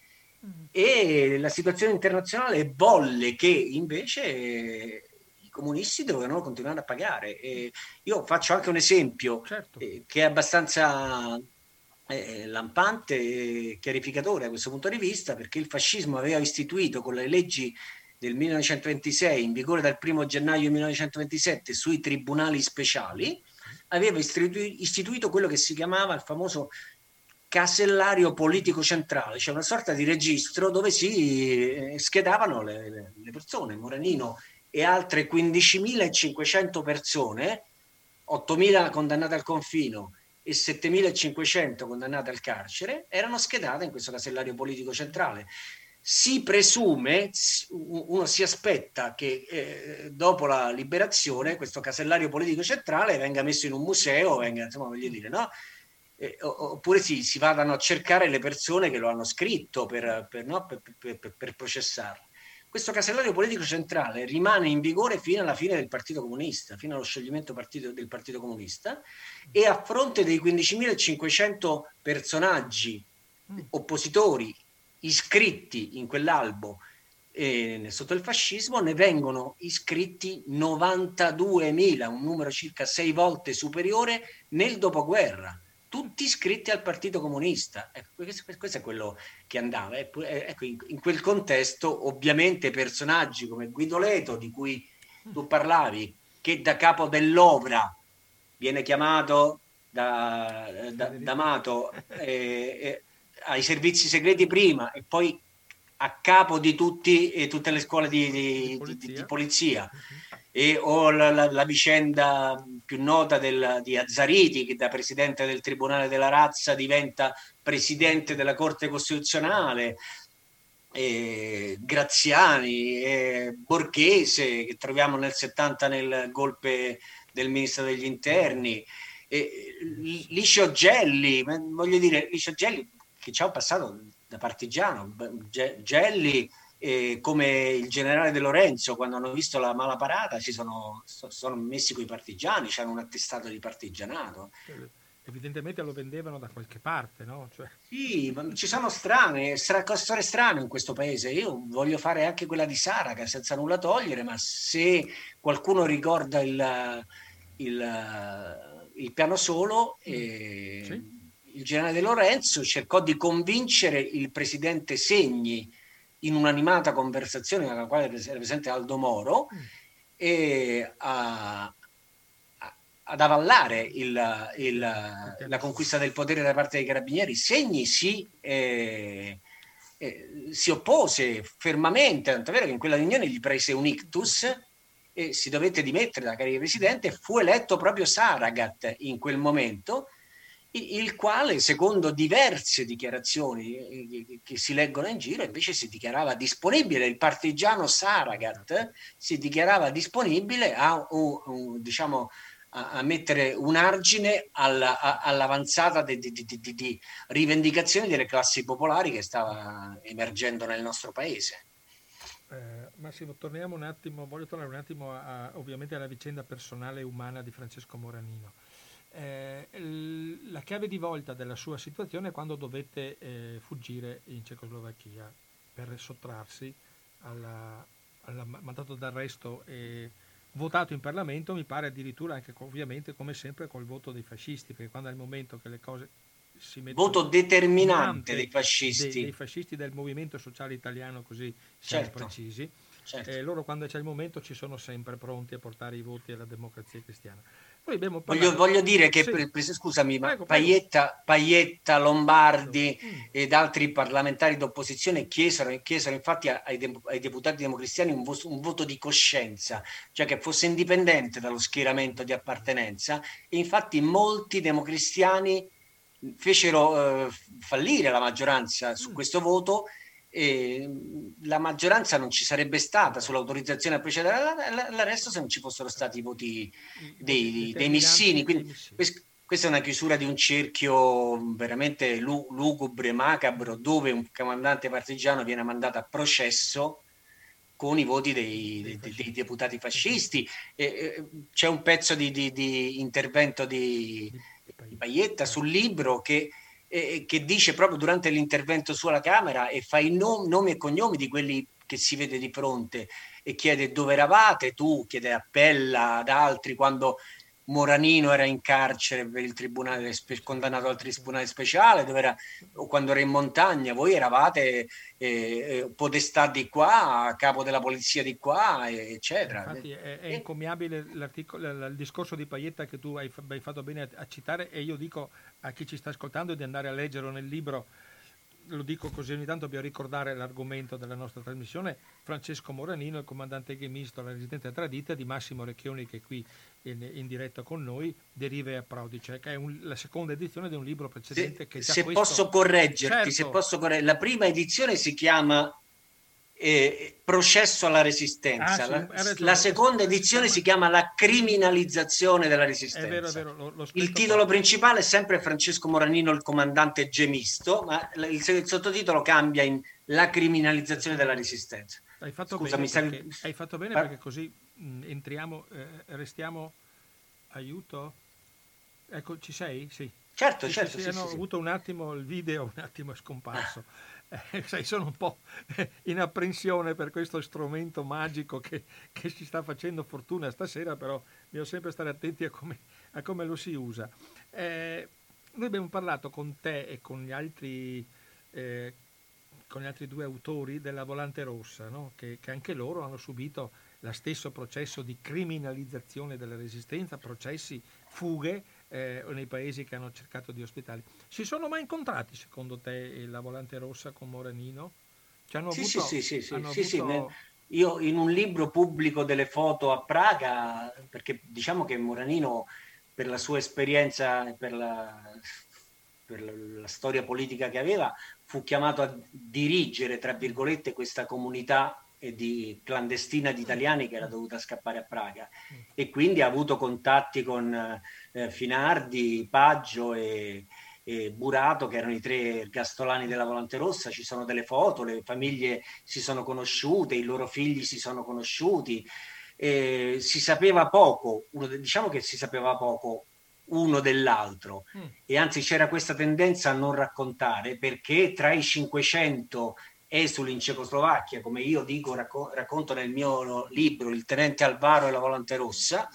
e la situazione internazionale volle che invece i comunisti dovevano continuare a pagare. E io faccio anche un esempio Certo. che è abbastanza lampante e chiarificatore da questo punto di vista, perché il fascismo aveva istituito con le leggi del 1926, in vigore dal 1 gennaio 1927, sui tribunali speciali, aveva istituito quello che si chiamava il famoso casellario politico centrale, cioè una sorta di registro dove si schedavano le persone. Moranino e altre 15.500 persone, 8.000 condannate al confino e 7.500 condannate al carcere, erano schedate in questo casellario politico centrale. Si presume, uno si aspetta che dopo la liberazione questo casellario politico centrale venga messo in un museo, venga, insomma, voglio dire, no? Oppure si vadano a cercare le persone che lo hanno scritto per processarlo. Questo casellario politico centrale rimane in vigore fino alla fine del Partito Comunista, fino allo scioglimento del Partito Comunista, e a fronte dei 15.500 personaggi oppositori iscritti in quell'albo sotto il fascismo, ne vengono iscritti 92.000, un numero circa 6 volte superiore nel dopoguerra, tutti iscritti al Partito Comunista. Questo è quello che andava. Ecco, in quel contesto ovviamente personaggi come Guido Leto, di cui tu parlavi, che da capo dell'Ovra viene chiamato da Amato ai servizi segreti prima e poi a capo di tutte le scuole di polizia. O la vicenda più nota di Azzariti, che da presidente del Tribunale della Razza diventa presidente della Corte Costituzionale, Graziani, Borghese, che troviamo nel 70 nel golpe del ministro degli interni, Licio Gelli, voglio dire, Licio Gelli che c'ha un passato da partigiano, Gelli come il generale De Lorenzo, quando hanno visto la Malaparata sono messi coi partigiani, c'hanno un attestato di partigianato. Evidentemente lo vendevano da qualche parte, no? Cioè... Sì, ma ci sono storie strane in questo paese. Io voglio fare anche quella di Saragat, senza nulla togliere, ma se qualcuno ricorda il piano solo, sì? il generale De Lorenzo cercò di convincere il presidente Segni in un'animata conversazione nella quale era presente Aldo Moro ad avallare la conquista del potere da parte dei carabinieri. Segni si oppose fermamente, tanto è vero che in quella riunione gli prese un ictus e si dovette dimettere da carica di presidente. Fu eletto proprio Saragat in quel momento, il quale, secondo diverse dichiarazioni che si leggono in giro, invece si dichiarava disponibile. Il partigiano Saragat si dichiarava disponibile diciamo, a mettere un argine all'avanzata di rivendicazioni delle classi popolari che stava emergendo nel nostro paese. Massimo, torniamo un attimo, voglio tornare un attimo ovviamente alla vicenda personale e umana di Francesco Moranino. La chiave di volta della sua situazione è quando dovette fuggire in Cecoslovacchia per sottrarsi al mandato d'arresto votato in Parlamento, mi pare addirittura anche ovviamente come sempre col voto dei fascisti, perché quando è il momento che le cose si mettono... Voto determinante dei fascisti. Dei fascisti del Movimento Sociale Italiano, così siamo precisi. Certo. Loro quando c'è il momento ci sono sempre pronti a portare i voti alla Democrazia Cristiana. Poi voglio dire che, scusami, ma Paietta, Lombardi ed altri parlamentari d'opposizione chiesero infatti ai deputati democristiani un voto di coscienza, cioè che fosse indipendente dallo schieramento di appartenenza, e infatti molti democristiani fecero fallire la maggioranza su questo voto. La maggioranza non ci sarebbe stata sull'autorizzazione a procedere all'arresto se non ci fossero stati i voti dei missini. Quindi questa è una chiusura di un cerchio veramente lugubre, macabro, dove un comandante partigiano viene mandato a processo con i voti dei deputati fascisti. C'è un pezzo di intervento di Paietta sul libro che che dice proprio durante l'intervento sulla Camera e fa i nomi e cognomi di quelli che si vede di fronte e chiede dove eravate, tu chiede appella ad altri quando Moranino era in carcere per il tribunale condannato al tribunale speciale, dove era, o quando era in montagna, voi eravate podestà di qua, capo della polizia di qua, eccetera. Infatti è encomiabile il discorso di Paietta che tu hai fatto bene a citare, e io dico a chi ci sta ascoltando di andare a leggerlo nel libro. Lo dico così ogni tanto per ricordare l'argomento della nostra trasmissione. Francesco Moranino, il comandante ghemisto, la resistenza tradita, di Massimo Recchioni, che è qui in diretta con noi, Derive e approdi, cioè che è la seconda edizione di un libro precedente che già se questo... posso correggerti, Certo. la prima edizione si chiama Processo alla Resistenza, Sì, hai la ragione, seconda edizione si chiama La criminalizzazione della è Resistenza. vero, l'ho Il scritto qua. titolo principale è sempre Francesco Moranino, il comandante gemisto, ma il sottotitolo cambia in La criminalizzazione della Resistenza. Hai fatto bene Scusami, perché, hai fatto bene perché così entriamo, restiamo... Aiuto? Ecco, ci sei? Sì. Certo, Sì, sì, certo, sì, sì, hanno sì, sì. avuto un attimo il video, un attimo è scomparso. Sai, sono un po' in apprensione per questo strumento magico che ci sta facendo fortuna stasera, però bisogna sempre stare attenti a come lo si usa. Noi abbiamo parlato con te e eh, con gli altri due autori della Volante Rossa, no? Che anche loro hanno subito lo stesso processo di criminalizzazione della resistenza, processi, fughe nei paesi che hanno cercato di ospitare. Si sono mai incontrati, secondo te, la Volante Rossa con Moranino? Ci hanno Sì, sì, avuto... sì, sì, sì, Hanno sì, sì. avuto... Io in un libro pubblico delle foto a Praga, perché diciamo che Moranino, per la sua esperienza e per la storia politica che aveva, fu chiamato a dirigere, tra virgolette, questa comunità clandestina di italiani che era dovuta scappare a Praga. E quindi ha avuto contatti con Finardi, Paggio e Burato, che erano i tre ergastolani della Volante Rossa. Ci sono delle foto, le famiglie si sono conosciute, i loro figli si sono conosciuti. Si sapeva poco, diciamo che si sapeva poco uno dell'altro, e anzi c'era questa tendenza a non raccontare, perché tra i 500 esuli in Cecoslovacchia, come io dico, racconto nel mio libro Il tenente Alvaro e la Volante Rossa,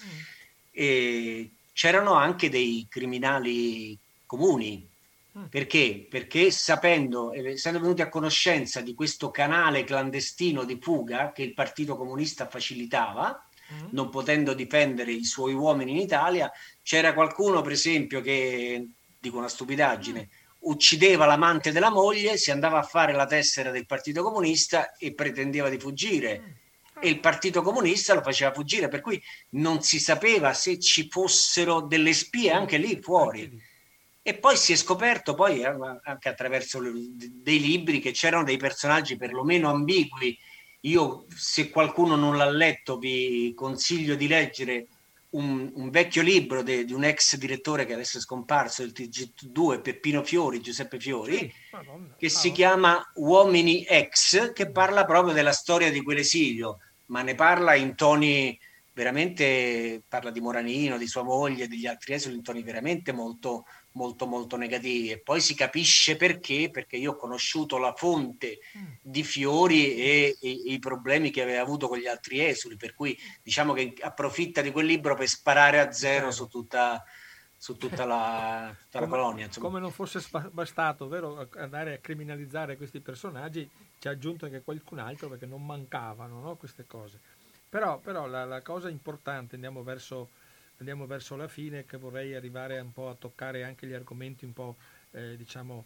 c'erano anche dei criminali comuni. Perché? Perché essendo venuti a conoscenza di questo canale clandestino di fuga che il Partito Comunista facilitava, non potendo difendere i suoi uomini in Italia, c'era qualcuno, per esempio, che, dico una stupidaggine, uccideva l'amante della moglie, si andava a fare la tessera del Partito Comunista e pretendeva di fuggire. E il Partito Comunista lo faceva fuggire, per cui non si sapeva se ci fossero delle spie Sì, anche lì anche fuori. lì. E poi si è scoperto poi anche attraverso dei libri che c'erano dei personaggi perlomeno ambigui. Io, se qualcuno non l'ha letto, vi consiglio di leggere un vecchio libro di un ex direttore che adesso è scomparso, il TG2, Peppino Fiori, Giuseppe Fiori, Sì, Madonna, che si chiama Uomini Ex, che parla proprio della storia di quell'esilio, ma ne parla in toni veramente, parla di Moranino, di sua moglie, degli altri esuli, in toni veramente molto, molto, molto negativi. E poi si capisce perché io ho conosciuto la fonte di Fiori e i problemi che aveva avuto con gli altri esuli, per cui diciamo che approfitta di quel libro per sparare a zero zero. su tutta la colonia. Insomma. Come non fosse bastato, vero, andare a criminalizzare questi personaggi, ci ha aggiunto anche qualcun altro perché non mancavano, no, queste cose. Però la cosa importante, andiamo verso la fine, che vorrei arrivare un po' a toccare anche gli argomenti un po', diciamo,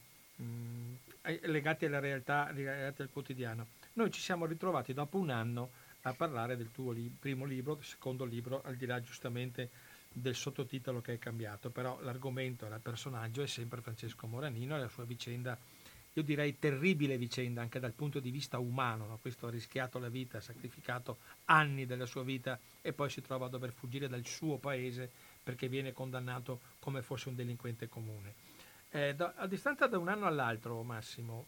legati alla realtà, legati al quotidiano. Noi ci siamo ritrovati dopo un anno a parlare del tuo primo libro, del secondo libro, al di là giustamente del sottotitolo che è cambiato, però l'argomento, il personaggio è sempre Francesco Moranino e la sua vicenda, io direi terribile vicenda anche dal punto di vista umano, no? Questo ha rischiato la vita, ha sacrificato anni della sua vita e poi si trova a dover fuggire dal suo paese perché viene condannato come fosse un delinquente comune. A distanza da un anno all'altro, Massimo,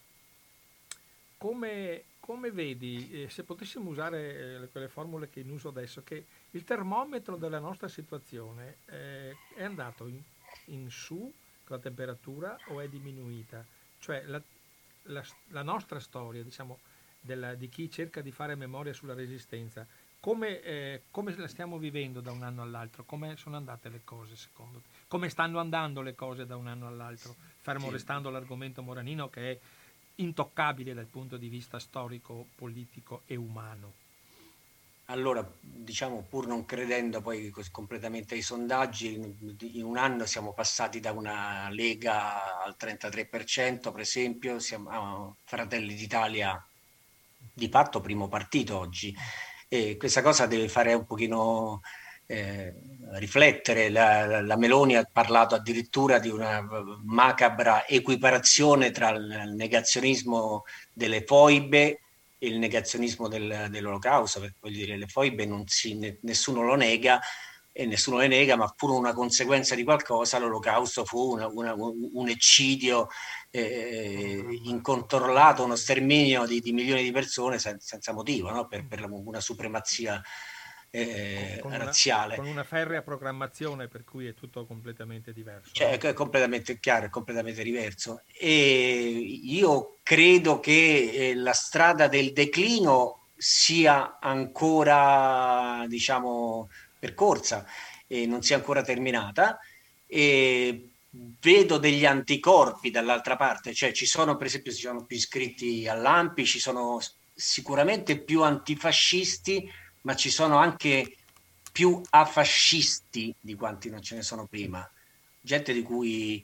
come vedi, se potessimo usare quelle formule che in uso adesso, che il termometro della nostra situazione è andato in su, con la temperatura o è diminuita? Cioè la nostra storia, diciamo, di chi cerca di fare memoria sulla resistenza, come la stiamo vivendo da un anno all'altro? Come sono andate le cose secondo te? Come stanno andando le cose da un anno all'altro? Fermo Sì. restando l'argomento Moranino che è intoccabile dal punto di vista storico, politico e umano. Allora, diciamo, pur non credendo poi completamente ai sondaggi, in un anno siamo passati da una Lega al 33%, per esempio, siamo a Fratelli d'Italia di fatto primo partito oggi. E questa cosa deve fare un pochino eh, riflettere. La Meloni ha parlato addirittura di una macabra equiparazione tra il negazionismo delle foibe e il negazionismo dell'olocausto, perché voglio dire, le foibe nessuno lo nega e nessuno le nega, ma pur una conseguenza di qualcosa, l'olocausto fu un eccidio incontrollato, uno sterminio di milioni di persone senza motivo, no? Per una supremazia razziale. Con una ferrea programmazione per cui è tutto completamente diverso, Cioè, no? è completamente chiaro, è completamente diverso. E io credo che la strada del declino sia ancora, diciamo, percorsa e non sia ancora terminata. E vedo degli anticorpi dall'altra parte, cioè ci sono, per esempio, ci sono più iscritti all'ANPI, ci sono sicuramente più antifascisti, ma ci sono anche più afascisti di quanti non ce ne sono prima, gente di cui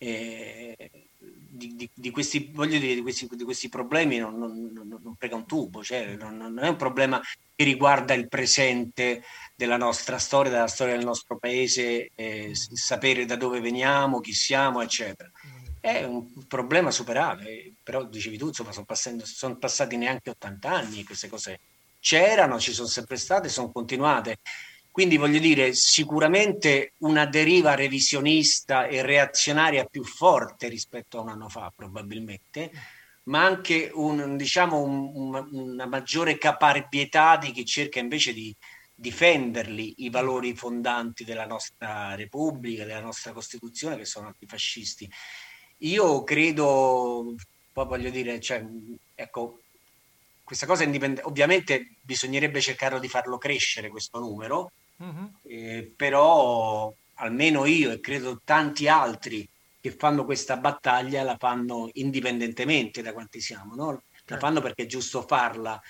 di questi, voglio dire, di questi problemi non frega un tubo, cioè non è un problema che riguarda il presente della nostra storia, della storia del nostro paese, sapere da dove veniamo, chi siamo, eccetera. È un problema superabile, però dicevi tu, insomma, sono passati neanche 80 anni e queste cose c'erano, ci sono sempre state, sono continuate. Quindi voglio dire, sicuramente una deriva revisionista e reazionaria più forte rispetto a un anno fa, probabilmente, ma anche diciamo, una maggiore caparbietà di chi cerca invece di difenderli i valori fondanti della nostra Repubblica, della nostra Costituzione, che sono antifascisti. Io credo, poi voglio dire, cioè, ecco, questa cosa indipende, ovviamente bisognerebbe cercare di farlo crescere questo numero, Mhm. però almeno io e credo tanti altri che fanno questa battaglia la fanno indipendentemente da quanti siamo, no? La fanno Certo, perché è giusto farla.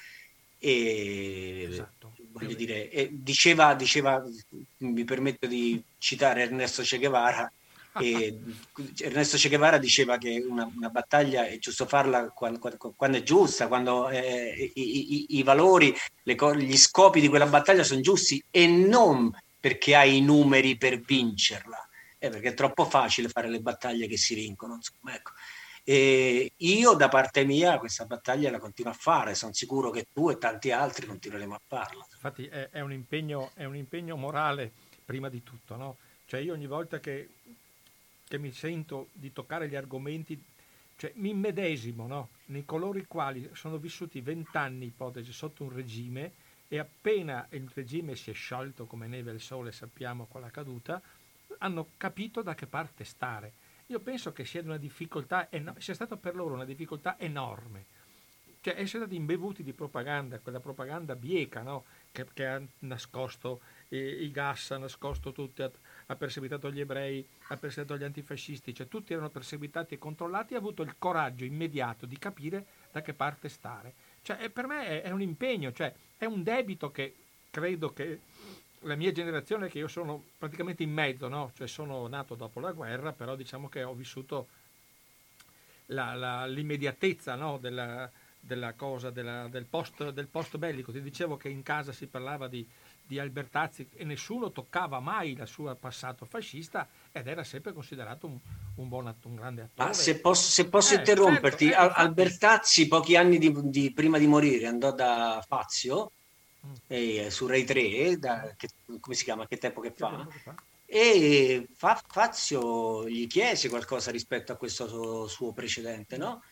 E esatto. voglio dire, diceva, mi permetto di citare Ernesto Che Guevara, e Ernesto Che Guevara diceva che una battaglia è giusto farla quando è giusta, quando i valori, gli scopi di quella battaglia sono giusti e non perché hai i numeri per vincerla, perché è troppo facile fare le battaglie che si vincono, insomma, ecco. E io da parte mia questa battaglia la continuo a fare, sono sicuro che tu e tanti altri continueremo a farla. Infatti è un impegno morale prima di tutto, no? Cioè io ogni volta che mi sento di toccare gli argomenti, cioè mi immedesimo, no? Nei coloro i quali sono vissuti 20 anni, ipotesi, sotto un regime e appena il regime si è sciolto come neve al sole, sappiamo con la caduta, hanno capito da che parte stare. Io penso che sia, sia stata per loro una difficoltà enorme, cioè essere stati imbevuti di propaganda, quella propaganda bieca, no? Che ha nascosto i gas, ha nascosto tutti, ha perseguitato gli ebrei, ha perseguitato gli antifascisti, cioè tutti erano perseguitati e controllati, ha avuto il coraggio immediato di capire da che parte stare. Cioè, per me è un impegno, cioè è un debito che credo che la mia generazione, che io sono praticamente in mezzo, no? Cioè sono nato dopo la guerra, però diciamo che ho vissuto l'immediatezza, no? Della cosa, del post bellico. Ti dicevo che in casa si parlava di Albertazzi e nessuno toccava mai il suo passato fascista ed era sempre considerato un grande Ma attore. se posso Certo, interromperti, infatti. Albertazzi pochi anni prima di morire andò da Fazio Mm, su Rai 3, mm, come si chiama, che tempo che che fa, tempo che fa? e Fazio gli chiese qualcosa rispetto a questo suo precedente, Mm, no?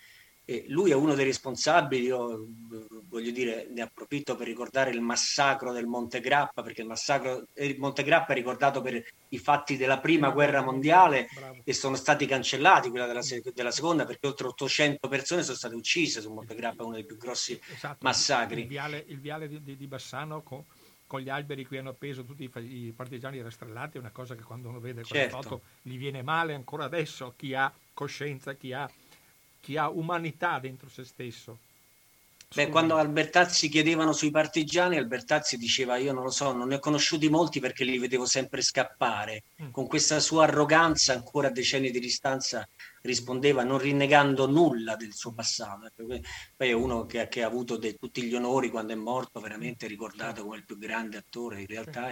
Lui è uno dei responsabili, io voglio dire, ne approfitto per ricordare il massacro del Monte Grappa, perché il Monte Grappa è ricordato per i fatti della prima guerra mondiale bravo. e sono stati cancellati, quella della seconda, perché oltre 800 persone sono state uccise su Monte Grappa, uno dei più grossi Esatto, massacri. il viale di Bassano con gli alberi cui hanno appeso tutti i partigiani rastrellati è una cosa che quando uno vede quelle Certo. foto gli viene male ancora adesso, chi ha coscienza, chi ha umanità dentro se stesso. Beh, quando Albertazzi chiedevano sui partigiani, Albertazzi diceva: io non lo so, non ne ho conosciuti molti perché li vedevo sempre scappare. Con questa sua arroganza, ancora a decenni di distanza, rispondeva non rinnegando nulla del suo passato. Poi è uno che ha avuto tutti gli onori quando è morto, veramente ricordato come il più grande attore. In realtà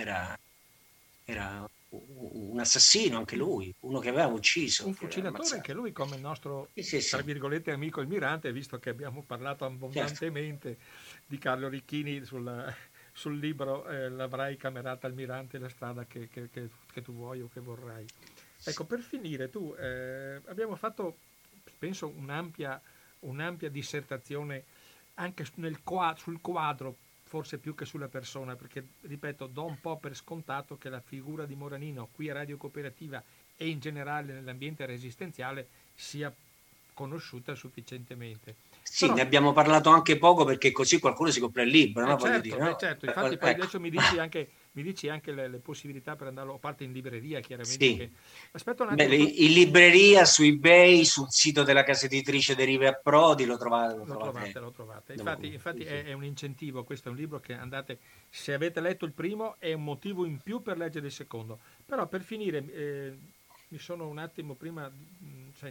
era un assassino anche lui, uno che aveva ucciso. Un fucilatore anche lui, come il nostro, Sì, tra sì, virgolette, amico Almirante, visto che abbiamo parlato certo. abbondantemente di Carlo Ricchini sul libro L'avrai camerata Almirante, la strada che tu vuoi o che vorrai. Ecco, per finire, abbiamo fatto, penso, un'ampia dissertazione anche sul quadro, forse più che sulla persona, perché, ripeto, do un po' per scontato che la figura di Moranino qui a Radio Cooperativa e in generale nell'ambiente resistenziale sia conosciuta sufficientemente. Sì, Però, ne abbiamo parlato anche poco perché così qualcuno si compra il libro, no? Voglio certo, dire, no? certo, infatti poi Ecco, adesso mi dici anche le possibilità per andarlo, a parte in libreria, chiaramente sì. che... Aspetta un Beh, attimo, in libreria, su eBay, sul sito della casa editrice Derive a Prodi lo trovate, Lo trovate, lo trovate. Infatti Sì, sì. è un incentivo, questo è un libro che andate, se avete letto il primo è un motivo in più per leggere il secondo. Però per finire, mi sono un attimo prima, sai,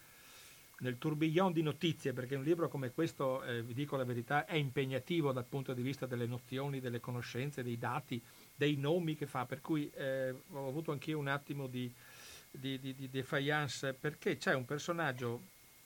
nel tourbillon di notizie, perché un libro come questo, vi dico la verità, è impegnativo dal punto di vista delle nozioni, delle conoscenze, dei dati, dei nomi che fa, per cui ho avuto anch'io un attimo di defiance, perché c'è un personaggio,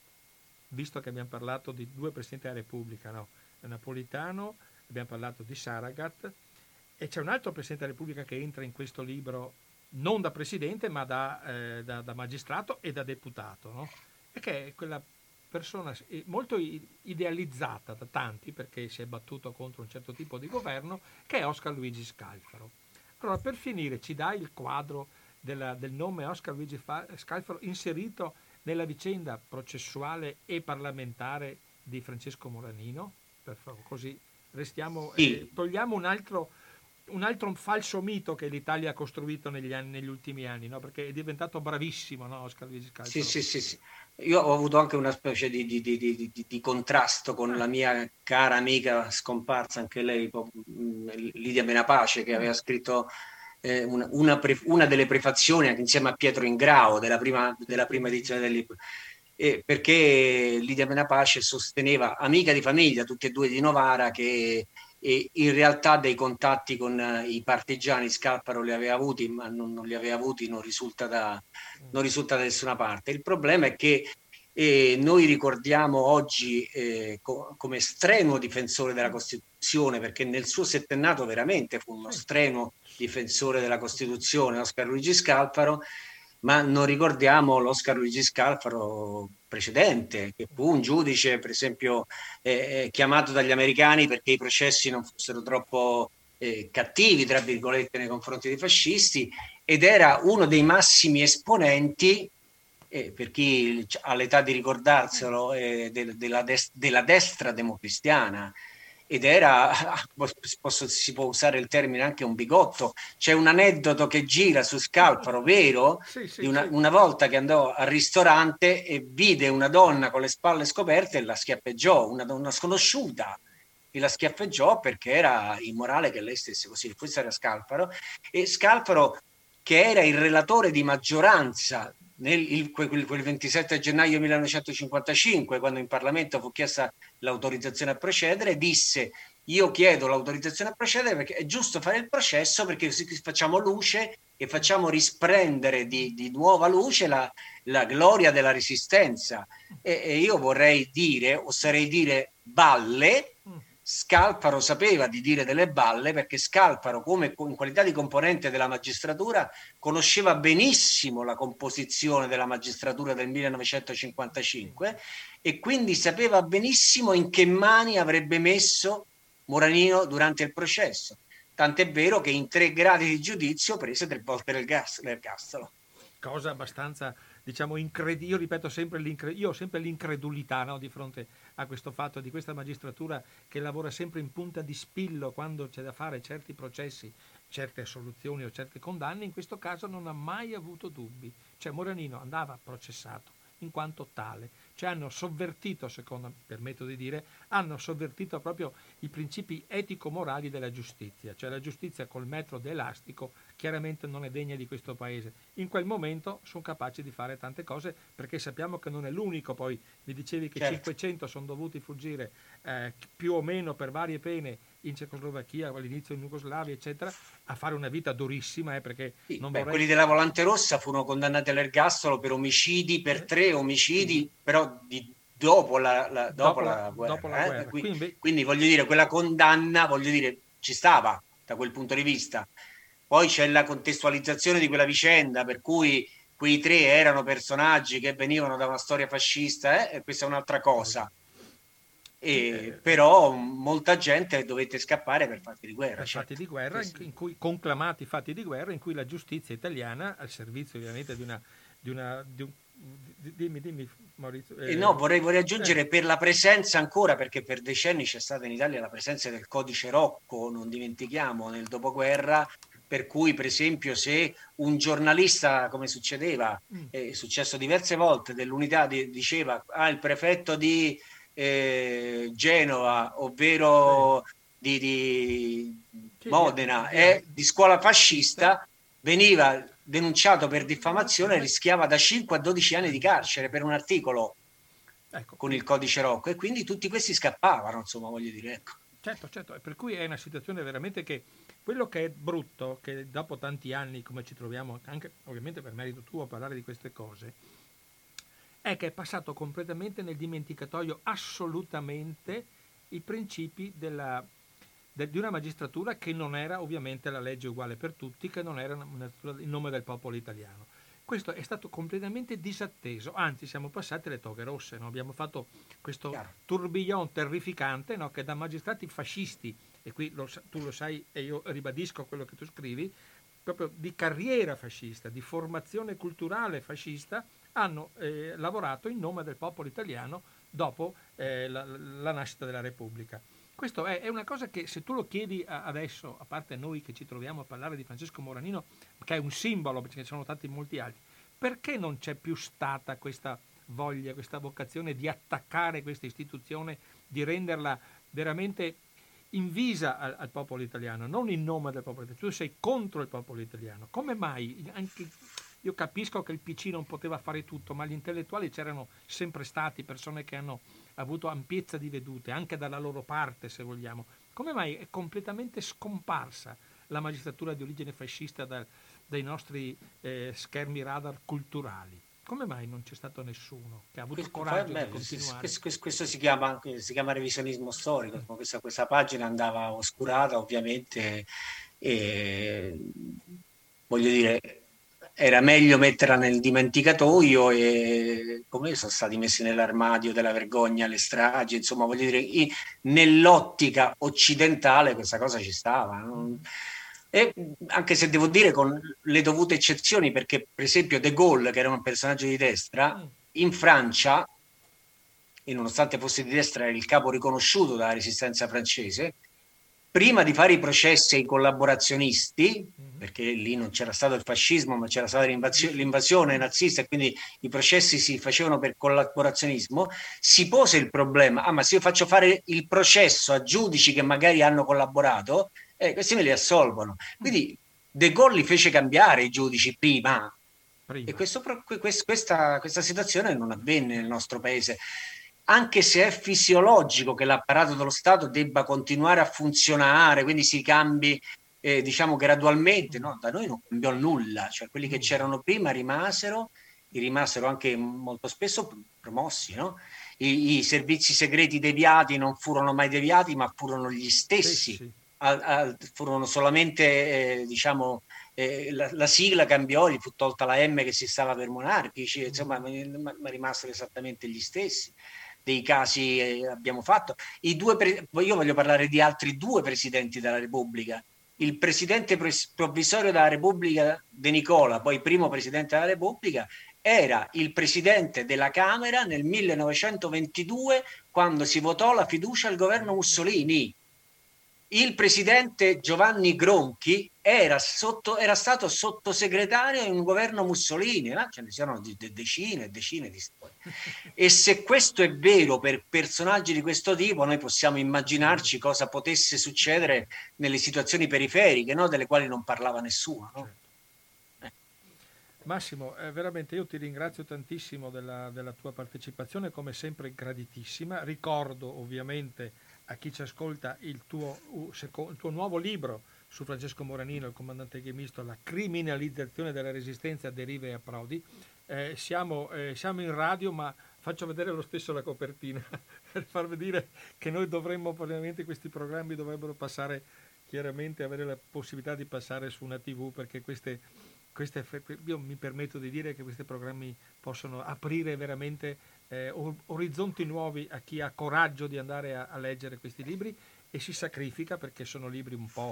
visto che abbiamo parlato di due Presidenti della Repubblica, no? Napolitano, abbiamo parlato di Saragat, e c'è un altro Presidente della Repubblica che entra in questo libro non da Presidente, ma da magistrato e da deputato, no? E che è quella persona molto idealizzata da tanti, perché si è battuto contro un certo tipo di governo, che è Oscar Luigi Scalfaro. Allora, per finire, ci dai il quadro del nome Oscar Luigi Scalfaro inserito nella vicenda processuale e parlamentare di Francesco Moranino? Per favore, così restiamo, Sì, togliamo un altro falso mito che l'Italia ha costruito negli ultimi anni, no? Perché è diventato bravissimo, no, Oscar Luigi sì, Scalfaro. sì, sì, sì. Io ho avuto anche una specie di contrasto con Ah, la mia cara amica scomparsa, anche lei, Lidia Benapace, che aveva scritto una delle prefazioni anche insieme a Pietro Ingrao sì, della prima edizione del libro. Perché Lidia Benapace sosteneva, amica di famiglia, tutti e due di Novara, che in realtà dei contatti con i partigiani Scalfaro li aveva avuti, ma non li aveva avuti, non risulta da nessuna parte. Il problema è che noi ricordiamo oggi come strenuo difensore della Costituzione, perché nel suo settennato veramente fu uno sì, strenuo difensore della Costituzione, Oscar Luigi Scalfaro, ma non ricordiamo l'Oscar Luigi Scalfaro precedente, che fu un giudice, per esempio, chiamato dagli americani perché i processi non fossero troppo cattivi, tra virgolette, nei confronti dei fascisti, ed era uno dei massimi esponenti, per chi ha l'età di ricordarselo, della destra democristiana. Ed era, si può usare il termine anche un bigotto. C'è un aneddoto che gira su Scalfaro, vero? sì, Di sì, sì. una volta che andò al ristorante e vide una donna con le spalle scoperte e la schiaffeggiò, una donna sconosciuta, e la schiaffeggiò perché era immorale che lei stesse così. Questo era Scalfaro. E Scalfaro, che era il relatore di maggioranza quel 27 gennaio 1955, quando in Parlamento fu chiesta l'autorizzazione a procedere, disse: io chiedo l'autorizzazione a procedere perché è giusto fare il processo, perché così facciamo luce e facciamo risplendere di nuova luce la gloria della resistenza. E io vorrei dire, oserei dire, balle, Scalfaro sapeva di dire delle balle, perché Scalfaro, come in qualità di componente della magistratura, conosceva benissimo la composizione della magistratura del 1955 e quindi sapeva benissimo in che mani avrebbe messo Moranino durante il processo. Tant'è vero che in 3 gradi di giudizio prese 3 volte l'ergastolo. Cosa abbastanza, diciamo, incredibile. Io ripeto sempre, io ho sempre l'incredulità, no, di fronte a questo fatto di questa magistratura che lavora sempre in punta di spillo quando c'è da fare certi processi, certe assoluzioni o certe condanne. In questo caso non ha mai avuto dubbi. Cioè Moranino andava processato in quanto tale. Cioè hanno sovvertito, secondo, permetto di dire, hanno sovvertito proprio i principi etico-morali della giustizia. Cioè la giustizia col metro d'elastico chiaramente non è degna di questo paese. In quel momento sono capaci di fare tante cose, perché sappiamo che non è l'unico. Poi mi dicevi che Certo. 500 sono dovuti fuggire più o meno per varie pene in Cecoslovacchia, all'inizio in Jugoslavia, eccetera, a fare una vita durissima, perché Sì, non quelli della Volante Rossa furono condannati all'ergastolo per omicidi, per 3 omicidi, però dopo la guerra. dopo la guerra. Quindi voglio dire, quella condanna, voglio dire, ci stava da quel punto di vista. Poi c'è la contestualizzazione di quella vicenda, per cui quei 3 erano personaggi che venivano da una storia fascista, e questa è un'altra cosa. Però molta gente dovette scappare per fatti di guerra. Fatti di guerra, in cui conclamati fatti di guerra, in cui la giustizia italiana, al servizio ovviamente dimmi Maurizio. No, vorrei aggiungere per la presenza ancora, perché per decenni c'è stata in Italia la presenza del codice Rocco, non dimentichiamo, nel dopoguerra, per cui per esempio se un giornalista, come succedeva, è successo diverse volte, dell'Unità diceva il prefetto di Genova, ovvero di Modena, è di scuola fascista, veniva denunciato per diffamazione e rischiava da 5 a 12 anni di carcere per un articolo con il codice Rocco, e quindi tutti questi scappavano, insomma, voglio dire, ecco. Certo, per cui è una situazione veramente che quello che è brutto, che dopo tanti anni come ci troviamo, anche ovviamente per merito tuo a parlare di queste cose, è che è passato completamente nel dimenticatoio assolutamente i principi di una magistratura che non era ovviamente la legge uguale per tutti, che non era in nome del popolo italiano. Questo è stato completamente disatteso, anzi siamo passati alle toghe rosse, no? Abbiamo fatto questo tourbillon terrificante, no? Che da magistrati fascisti, e qui tu lo sai e io ribadisco quello che tu scrivi, proprio di carriera fascista, di formazione culturale fascista, hanno lavorato in nome del popolo italiano dopo la nascita della Repubblica. Questo è una cosa che se tu lo chiedi adesso, a parte noi che ci troviamo a parlare di Francesco Moranino, che è un simbolo, perché ce ne sono stati molti altri, perché non c'è più stata questa voglia, questa vocazione di attaccare questa istituzione, di renderla veramente invisa al popolo italiano, non in nome del popolo italiano? Tu sei contro il popolo italiano. Come mai? Io capisco che il PC non poteva fare tutto, ma gli intellettuali c'erano sempre stati, persone che hanno avuto ampiezza di vedute, anche dalla loro parte, se vogliamo. Come mai è completamente scomparsa la magistratura di origine fascista dai nostri schermi radar culturali? Come mai non c'è stato nessuno che ha avuto coraggio di continuare? Questo si chiama revisionismo storico. Questa pagina andava oscurata, ovviamente, e voglio dire, era meglio metterla nel dimenticatoio, e come sono stati messi nell'armadio della vergogna le stragi, insomma, voglio dire, nell'ottica occidentale questa cosa ci stava, no? E anche se devo dire con le dovute eccezioni, perché per esempio De Gaulle, che era un personaggio di destra, in Francia, e nonostante fosse di destra era il capo riconosciuto dalla resistenza francese, prima di fare i processi ai collaborazionisti, perché lì non c'era stato il fascismo, ma c'era stata l'invasione nazista, e quindi i processi si facevano per collaborazionismo, si pose il problema: ma se io faccio fare il processo a giudici che magari hanno collaborato, questi me li assolvono. Quindi De Gaulle li fece cambiare i giudici prima. E questa situazione non avvenne nel nostro paese. Anche se è fisiologico che l'apparato dello Stato debba continuare a funzionare, quindi si cambi, diciamo, gradualmente, no? Da noi non cambiò nulla, cioè quelli che c'erano prima rimasero anche molto spesso promossi, no? i servizi segreti deviati non furono mai deviati, ma furono gli stessi, furono solamente, diciamo, la sigla cambiò, gli fu tolta la M che si stava per monarchici, insomma, ma rimasero esattamente gli stessi. Dei casi abbiamo fatto. Io voglio parlare di altri due presidenti della Repubblica. Il presidente provvisorio della Repubblica De Nicola, poi primo presidente della Repubblica, era il presidente della Camera nel 1922 quando si votò la fiducia al governo Mussolini. Il presidente Giovanni Gronchi era stato sottosegretario in un governo Mussolini, ce ne sono decine e decine di storie. E se questo è vero per personaggi di questo tipo, noi possiamo immaginarci cosa potesse succedere nelle situazioni periferiche, no? Delle quali non parlava nessuno. No? Certo. Massimo, veramente io ti ringrazio tantissimo della tua partecipazione, come sempre graditissima. Ricordo ovviamente a chi ci ascolta il tuo nuovo libro su Francesco Moranino, il comandante Ghemisto, la criminalizzazione della resistenza a derive e approdi. Siamo in radio, ma faccio vedere lo stesso la copertina per farvi dire che noi dovremmo, probabilmente questi programmi dovrebbero passare, chiaramente avere la possibilità di passare su una TV, perché io mi permetto di dire che questi programmi possono aprire veramente orizzonti nuovi a chi ha coraggio di andare a leggere questi libri e si sacrifica, perché sono libri un po'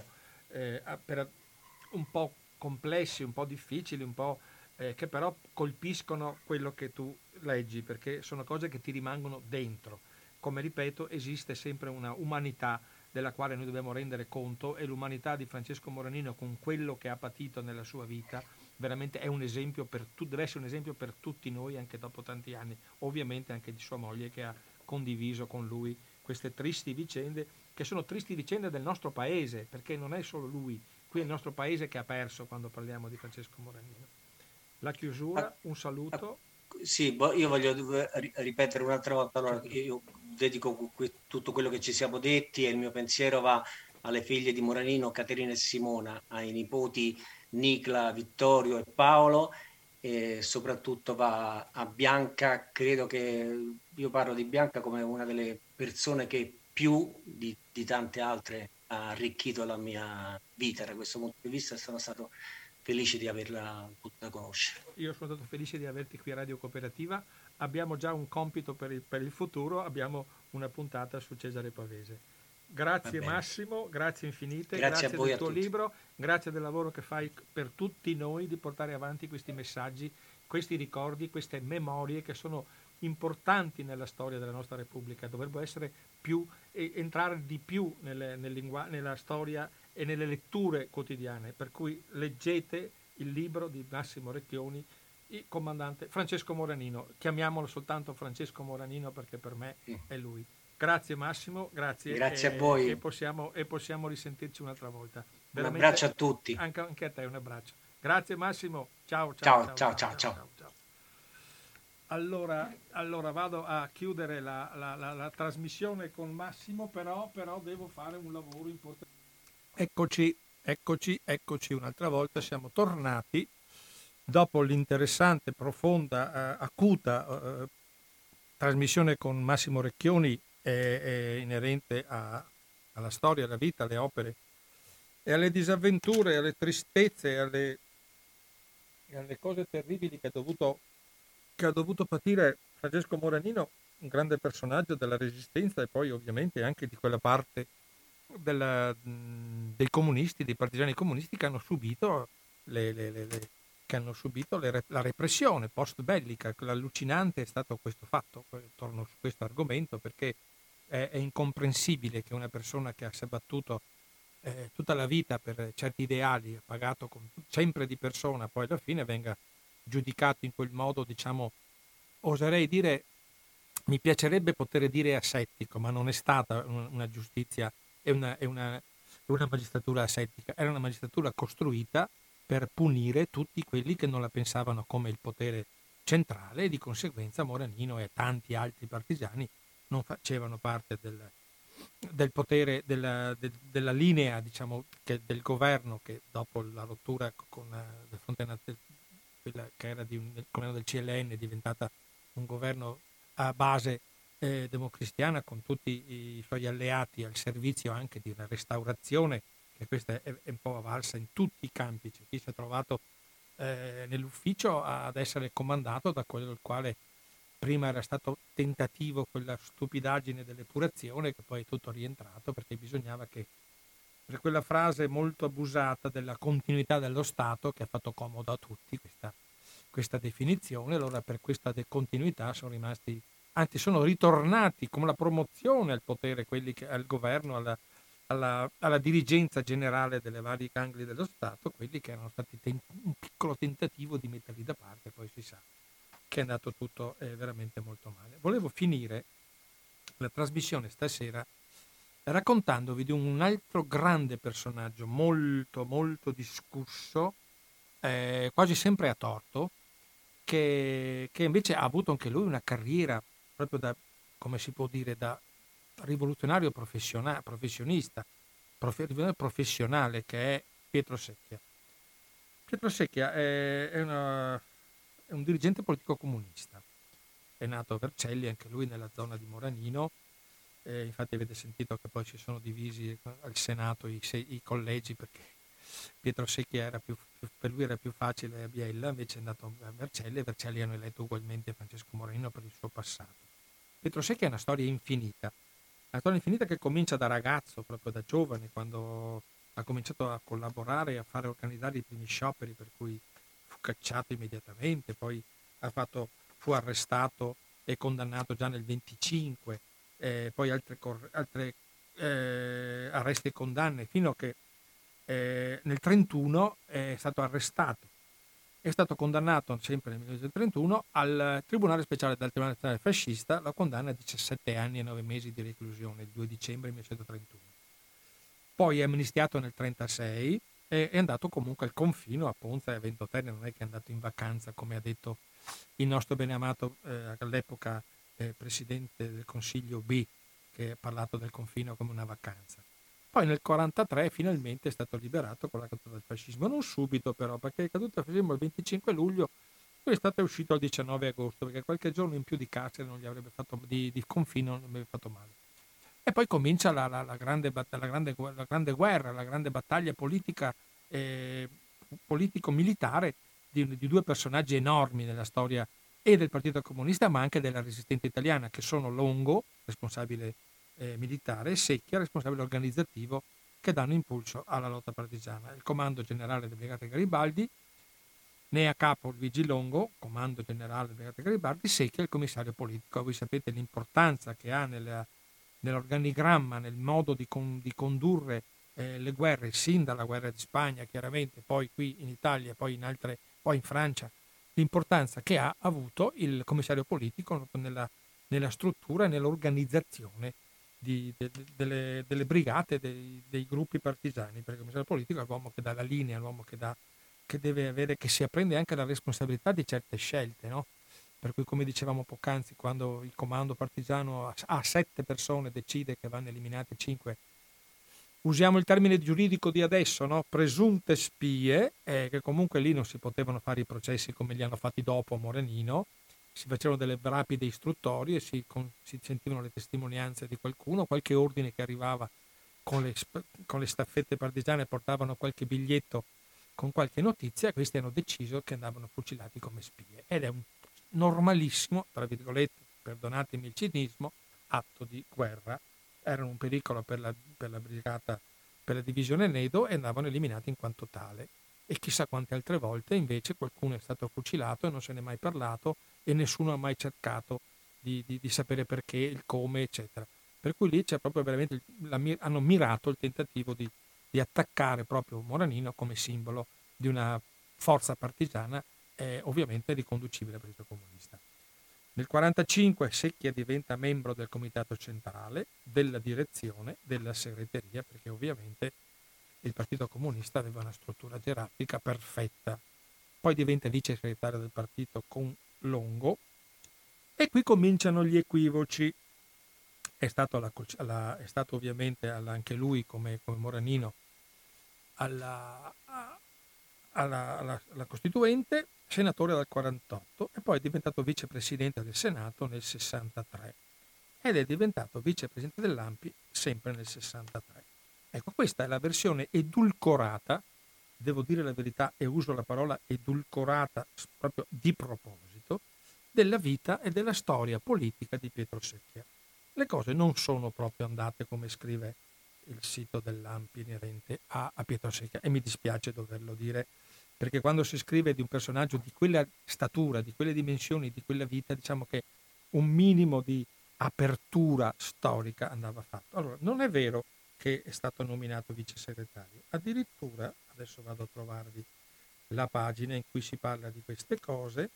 complessi, un po' difficili, che però colpiscono quello che tu leggi, perché sono cose che ti rimangono dentro. Come ripeto, esiste sempre una umanità della quale noi dobbiamo rendere conto, e l'umanità di Francesco Moranino, con quello che ha patito nella sua vita, veramente è un esempio deve essere un esempio per tutti noi anche dopo tanti anni, ovviamente anche di sua moglie, che ha condiviso con lui queste tristi vicende, che sono tristi vicende del nostro paese, perché non è solo lui, qui è il nostro paese che ha perso quando parliamo di Francesco Moranino. La chiusura, un saluto. Sì, io voglio ripetere un'altra volta. Allora, io dedico tutto quello che ci siamo detti, e il mio pensiero va alle figlie di Moranino, Caterina e Simona, ai nipoti Nicla, Vittorio e Paolo, e soprattutto va a Bianca. Credo che io parlo di Bianca come una delle persone che più di tante altre ha arricchito la mia vita da questo punto di vista. Sono stato felice di averla potuta conoscere. Io sono stato felice di averti qui a Radio Cooperativa. Abbiamo già un compito per il futuro, abbiamo una puntata su Cesare Pavese. Grazie Massimo, grazie infinite, grazie del tuo libro, grazie del lavoro che fai per tutti noi di portare avanti questi messaggi, questi ricordi, queste memorie che sono importanti nella storia della nostra Repubblica. Dovrebbero essere entrare di più nella storia e nelle letture quotidiane, per cui leggete il libro di Massimo Recchioni, il comandante Francesco Moranino. Chiamiamolo soltanto Francesco Moranino, perché per me è lui. Grazie Massimo, grazie a voi. E possiamo risentirci un'altra volta. Veramente, un abbraccio a tutti. Anche a te un abbraccio. Grazie Massimo, ciao. Ciao. Allora vado a chiudere la trasmissione con Massimo, però devo fare un lavoro importante. Eccoci un'altra volta, siamo tornati dopo l'interessante, profonda, acuta trasmissione con Massimo Recchioni inerente alla storia, alla vita, alle opere e alle disavventure, alle tristezze e alle cose terribili che ha dovuto patire Francesco Moranino, un grande personaggio della Resistenza e poi ovviamente anche di quella parte dei comunisti, dei partigiani comunisti che hanno subito la repressione post bellica. L'allucinante è stato questo fatto. Torno su questo argomento perché è incomprensibile che una persona che si è battuto tutta la vita per certi ideali, ha pagato sempre di persona, poi alla fine venga giudicato in quel modo, diciamo, oserei dire, mi piacerebbe poter dire asettico, ma non è stata una giustizia e una magistratura asettica, era una magistratura costruita per punire tutti quelli che non la pensavano come il potere centrale, e di conseguenza Moranino e tanti altri partigiani non facevano parte del potere, della linea, diciamo, del governo, che dopo la rottura con del Fronte Nazionale, quella che era il governo del CLN, è diventata un governo a base democristiana, con tutti i suoi alleati al servizio anche di una restaurazione, che questa è un po' avvalsa in tutti i campi. C'è chi si è trovato nell'ufficio ad essere comandato da quello il quale prima era stato tentativo, quella stupidaggine dell'epurazione, che poi è tutto rientrato, perché bisognava che, per quella frase molto abusata della continuità dello Stato, che ha fatto comodo a tutti questa definizione, allora per questa continuità sono rimasti, anzi sono ritornati come la promozione al potere, quelli che al governo, alla dirigenza generale delle varie gangli dello Stato, quelli che erano stati un piccolo tentativo di metterli da parte. Poi si sa che è andato tutto veramente molto male. Volevo finire la trasmissione stasera raccontandovi di un altro grande personaggio molto molto discusso, quasi sempre a torto, che invece ha avuto anche lui una carriera proprio da, come si può dire, da rivoluzionario professionista, professionale, che è Pietro Secchia. Pietro Secchia è un dirigente politico comunista. È nato a Vercelli, anche lui nella zona di Moranino. Infatti avete sentito che poi si sono divisi al Senato i collegi, perché Pietro Secchia per lui era più facile a Biella, invece è andato a Vercelli, e Vercelli hanno eletto ugualmente Francesco Moranino per il suo passato. Pietro Secchia è una storia infinita che comincia da ragazzo, proprio da giovane, quando ha cominciato a collaborare e a fare organizzare i primi scioperi, per cui fu cacciato immediatamente, poi fu arrestato e condannato già nel 25, poi altre arresti e condanne, fino a che nel 31 è stato arrestato. È stato condannato sempre nel 1931 al Tribunale Speciale del Tribunale Nazionale Fascista, la condanna a 17 anni e 9 mesi di reclusione, il 2 dicembre 1931. Poi è amnistiato nel 1936 e è andato comunque al confino a Ponza e a Ventotene, non è che è andato in vacanza, come ha detto il nostro beneamato all'epoca presidente del Consiglio B, che ha parlato del confino come una vacanza. Poi nel 1943 finalmente è stato liberato con la caduta del fascismo, non subito però, perché è caduto il fascismo il 25 luglio, poi è stato uscito il 19 agosto, perché qualche giorno in più di carcere non gli avrebbe fatto, di confino non avrebbe fatto male. E poi comincia la grande guerra, la grande battaglia politica, politico-militare di due personaggi enormi nella storia e del Partito Comunista, ma anche della Resistenza italiana, che sono Longo, responsabile militare, e Secchia, responsabile organizzativo, che danno impulso alla lotta partigiana. Il comando generale delle Brigate Garibaldi, ne a capo Luigi Longo, comando generale delle Brigate Garibaldi, Secchia il commissario politico. Voi sapete l'importanza che ha nell'organigramma, nel modo di condurre le guerre, sin dalla guerra di Spagna, chiaramente, poi qui in Italia, poi in Francia, l'importanza che ha avuto il commissario politico nella struttura e nell'organizzazione delle brigate, dei gruppi partigiani, perché il commissario politico è l'uomo che dà la linea, l'uomo che deve avere, che si prende anche la responsabilità di certe scelte, no? Per cui, come dicevamo poc'anzi, quando il comando partigiano ha 7 persone, decide che vanno eliminate 5, usiamo il termine giuridico di adesso, no? Presunte spie, che comunque lì non si potevano fare i processi come li hanno fatti dopo a Morenino, si facevano delle rapide istruttorie, si sentivano le testimonianze di qualcuno, qualche ordine che arrivava con le staffette partigiane portavano qualche biglietto con qualche notizia, questi hanno deciso che andavano fucilati come spie. Ed è un normalissimo, tra virgolette, perdonatemi il cinismo, atto di guerra. Erano un pericolo per la brigata, per la divisione Nedo, e andavano eliminati in quanto tale. E chissà quante altre volte invece qualcuno è stato fucilato e non se ne è mai parlato e nessuno ha mai cercato di sapere perché, il come, eccetera. Per cui lì c'è proprio veramente hanno mirato il tentativo di attaccare proprio Moranino come simbolo di una forza partigiana ovviamente riconducibile al Partito Comunista. Nel 1945 Secchia diventa membro del Comitato Centrale, della direzione, della segreteria, perché ovviamente il Partito Comunista aveva una struttura gerarchica perfetta. Poi diventa vice segretario del partito con Longo e qui cominciano gli equivoci. È stato ovviamente anche lui come Moranino alla Costituente, senatore dal 48 e poi è diventato vicepresidente del Senato nel 63. ed è diventato vicepresidente dell'ANPI sempre nel 63. Ecco, questa è la versione edulcorata, devo dire la verità e uso la parola edulcorata proprio di proposito, della vita e della storia politica di Pietro Secchia. Le cose non sono proprio andate come scrive il sito dell'ANPI inerente a Pietro Secchia, e mi dispiace doverlo dire, perché quando si scrive di un personaggio di quella statura, di quelle dimensioni, di quella vita, diciamo che un minimo di apertura storica andava fatto. Allora, non è vero che è stato nominato vice segretario, addirittura, adesso vado a trovarvi la pagina in cui si parla di queste cose.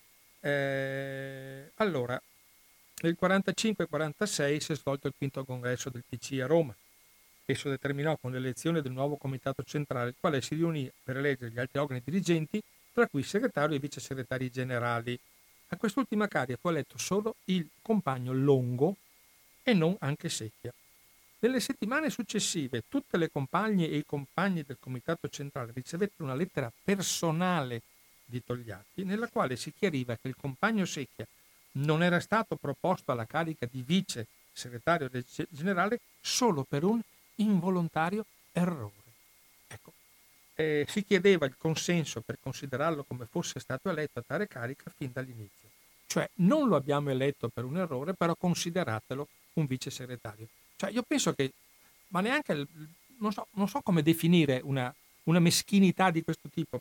Allora, nel 45-46 si è svolto il quinto congresso del PC a Roma. Esso determinò con l'elezione del nuovo comitato centrale, il quale si riunì per eleggere gli altri organi dirigenti, tra cui segretario e vice segretari generali. A quest'ultima carica fu eletto solo il compagno Longo e non anche Secchia. Nelle settimane successive tutte le compagne e i compagni del comitato centrale ricevettero una lettera personale di Togliatti, nella quale si chiariva che il compagno Secchia non era stato proposto alla carica di vice segretario generale solo per un involontario errore. Ecco, si chiedeva il consenso per considerarlo come fosse stato eletto a tale carica fin dall'inizio. Cioè, non lo abbiamo eletto per un errore, però consideratelo un vice segretario. Cioè, io penso che, ma neanche, non so come definire una meschinità di questo tipo,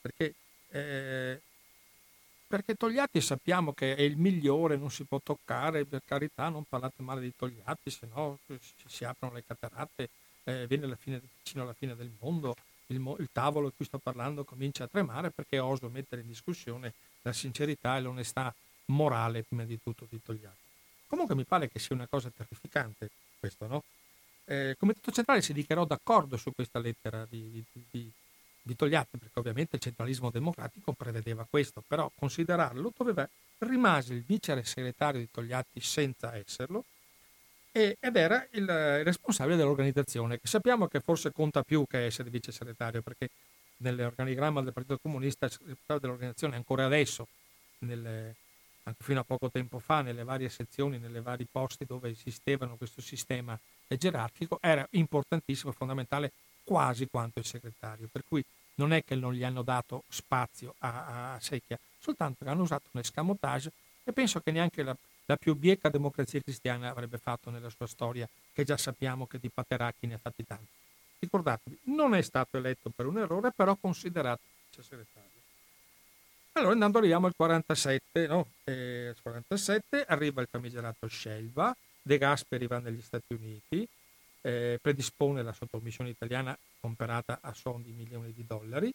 perché Togliatti sappiamo che è il migliore, non si può toccare, per carità, non parlate male di Togliatti, se no si aprono le cataratte, viene vicino alla fine del mondo, il tavolo di cui sto parlando comincia a tremare, perché oso mettere in discussione la sincerità e l'onestà morale, prima di tutto, di Togliatti. Comunque mi pare che sia una cosa terrificante questo, no? Il Comitato Centrale si dichiarò d'accordo su questa lettera di Togliatti, perché ovviamente il centralismo democratico prevedeva questo, però considerarlo rimase il vice segretario di Togliatti senza esserlo, ed era il responsabile dell'organizzazione, che sappiamo che forse conta più che essere vice segretario, perché nell'organigramma del Partito Comunista il segretario dell'organizzazione ancora adesso, anche fino a poco tempo fa, nelle varie sezioni, nei vari posti dove esistevano questo sistema gerarchico, era importantissimo, fondamentale, quasi quanto il segretario, per cui non è che non gli hanno dato spazio a Secchia, soltanto che hanno usato un escamotage e penso che neanche la più bieca democrazia cristiana avrebbe fatto nella sua storia, che già sappiamo che di pateracchi ne ha fatti tanti. Ricordatevi, non è stato eletto per un errore, però considerato vice segretario. Allora, andando arriviamo al 47, no? Al 47 arriva il famigerato Scelba, De Gasperi va negli Stati Uniti, predispone la sottomissione italiana comperata a suon di milioni di dollari,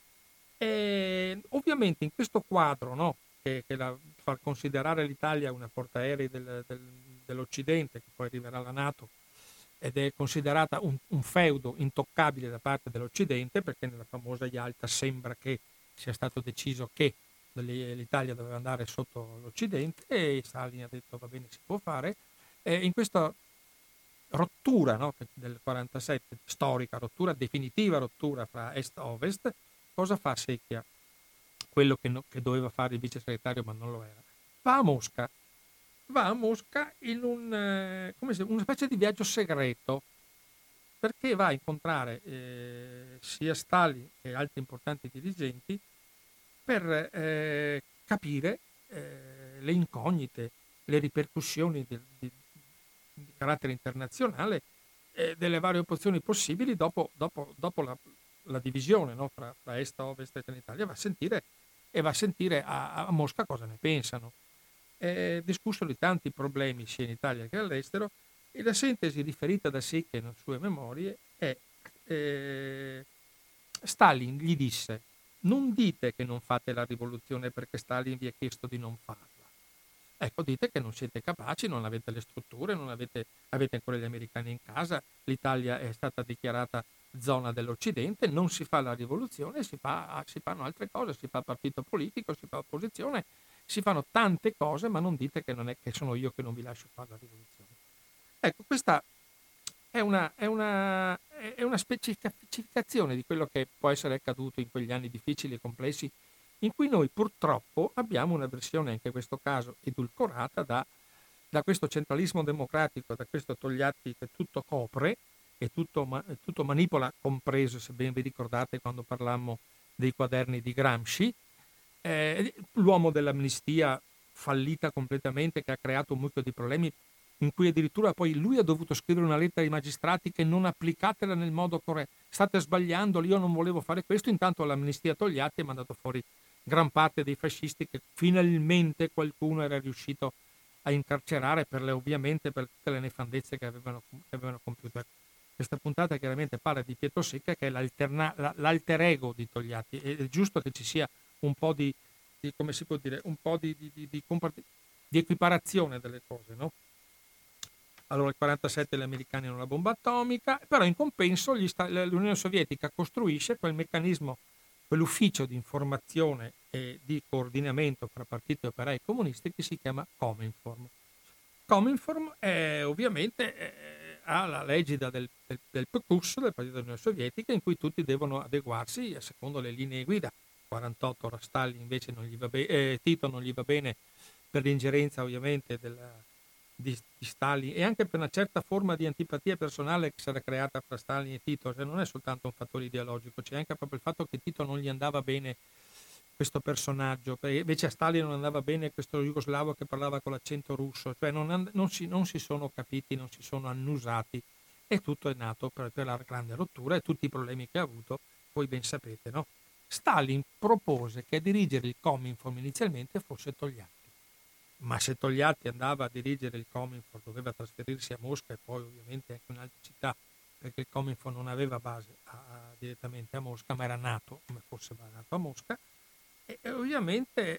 e ovviamente in questo quadro, no, che fa considerare l'Italia una portaerei dell'Occidente, che poi arriverà alla NATO, ed è considerata un feudo intoccabile da parte dell'Occidente, perché nella famosa Yalta sembra che sia stato deciso che l'Italia doveva andare sotto l'Occidente, e Stalin ha detto va bene, si può fare. In questa rottura, no, del 47, storica rottura, definitiva rottura fra est e ovest, cosa fa Secchia? Quello che doveva fare il vice segretario ma non lo era. Va a Mosca in una specie di viaggio segreto, perché va a incontrare sia Stalin che altri importanti dirigenti per capire le incognite, le ripercussioni di carattere internazionale delle varie opzioni possibili dopo la divisione, no, fra est e ovest dell'Italia. Va a sentire a Mosca cosa ne pensano. Discusso di tanti problemi sia in Italia che all'estero, e la sintesi riferita da Secchia nelle sue memorie è Stalin gli disse: non dite che non fate la rivoluzione perché Stalin vi ha chiesto di non farla. Ecco, dite che non siete capaci, non avete le strutture, avete ancora gli americani in casa, l'Italia è stata dichiarata zona dell'Occidente, non si fa la rivoluzione, si fanno altre cose, si fa partito politico, si fa opposizione, si fanno tante cose, ma non dite che non è che sono io che non vi lascio fare la rivoluzione. Ecco, questa è una specificazione di quello che può essere accaduto in quegli anni difficili e complessi, in cui noi purtroppo abbiamo una versione, anche in questo caso edulcorata, da da questo centralismo democratico, da questo Togliatti che tutto copre e tutto manipola, compreso, se ben vi ricordate, quando parlammo dei quaderni di Gramsci, l'uomo dell'amnistia fallita completamente, che ha creato un mucchio di problemi, in cui addirittura poi lui ha dovuto scrivere una lettera ai magistrati che non applicatela nel modo corretto, state sbagliando, io non volevo fare questo. Intanto l'amnistia Togliatti ha mandato fuori gran parte dei fascisti che finalmente qualcuno era riuscito a incarcerare ovviamente per tutte le nefandezze che avevano compiuto. Questa puntata chiaramente parla di Pietro Secca, che è l'alter ego di Togliatti. È giusto che ci sia un po' di come si può dire, un po' di equiparazione delle cose, no? Allora, nel 1947 gli americani hanno la bomba atomica, però in compenso l'Unione Sovietica costruisce quel meccanismo, quell'ufficio di informazione e di coordinamento fra partiti operai comunisti che si chiama Cominform. Cominform ovviamente ha la legida del PQS, del Partito dell'Unione Sovietica, in cui tutti devono adeguarsi secondo le linee guida. 48 ora Stalin invece non gli va bene, Tito non gli va bene per l'ingerenza ovviamente di Stalin, e anche per una certa forma di antipatia personale che si era creata fra Stalin e Tito. Cioè non è soltanto un fattore ideologico, c'è anche proprio il fatto che Tito non gli andava bene questo personaggio, perché invece a Stalin non andava bene questo jugoslavo che parlava con l'accento russo, cioè non si sono capiti, non si sono annusati, e tutto è nato per la grande rottura e tutti i problemi che ha avuto, voi ben sapete, no? Stalin propose che a dirigere il Cominform inizialmente fosse Togliatti, ma se Togliatti andava a dirigere il Cominform doveva trasferirsi a Mosca e poi ovviamente anche in altre città, perché il Cominform non aveva base direttamente a Mosca, ma era nato come fosse nato a Mosca, e ovviamente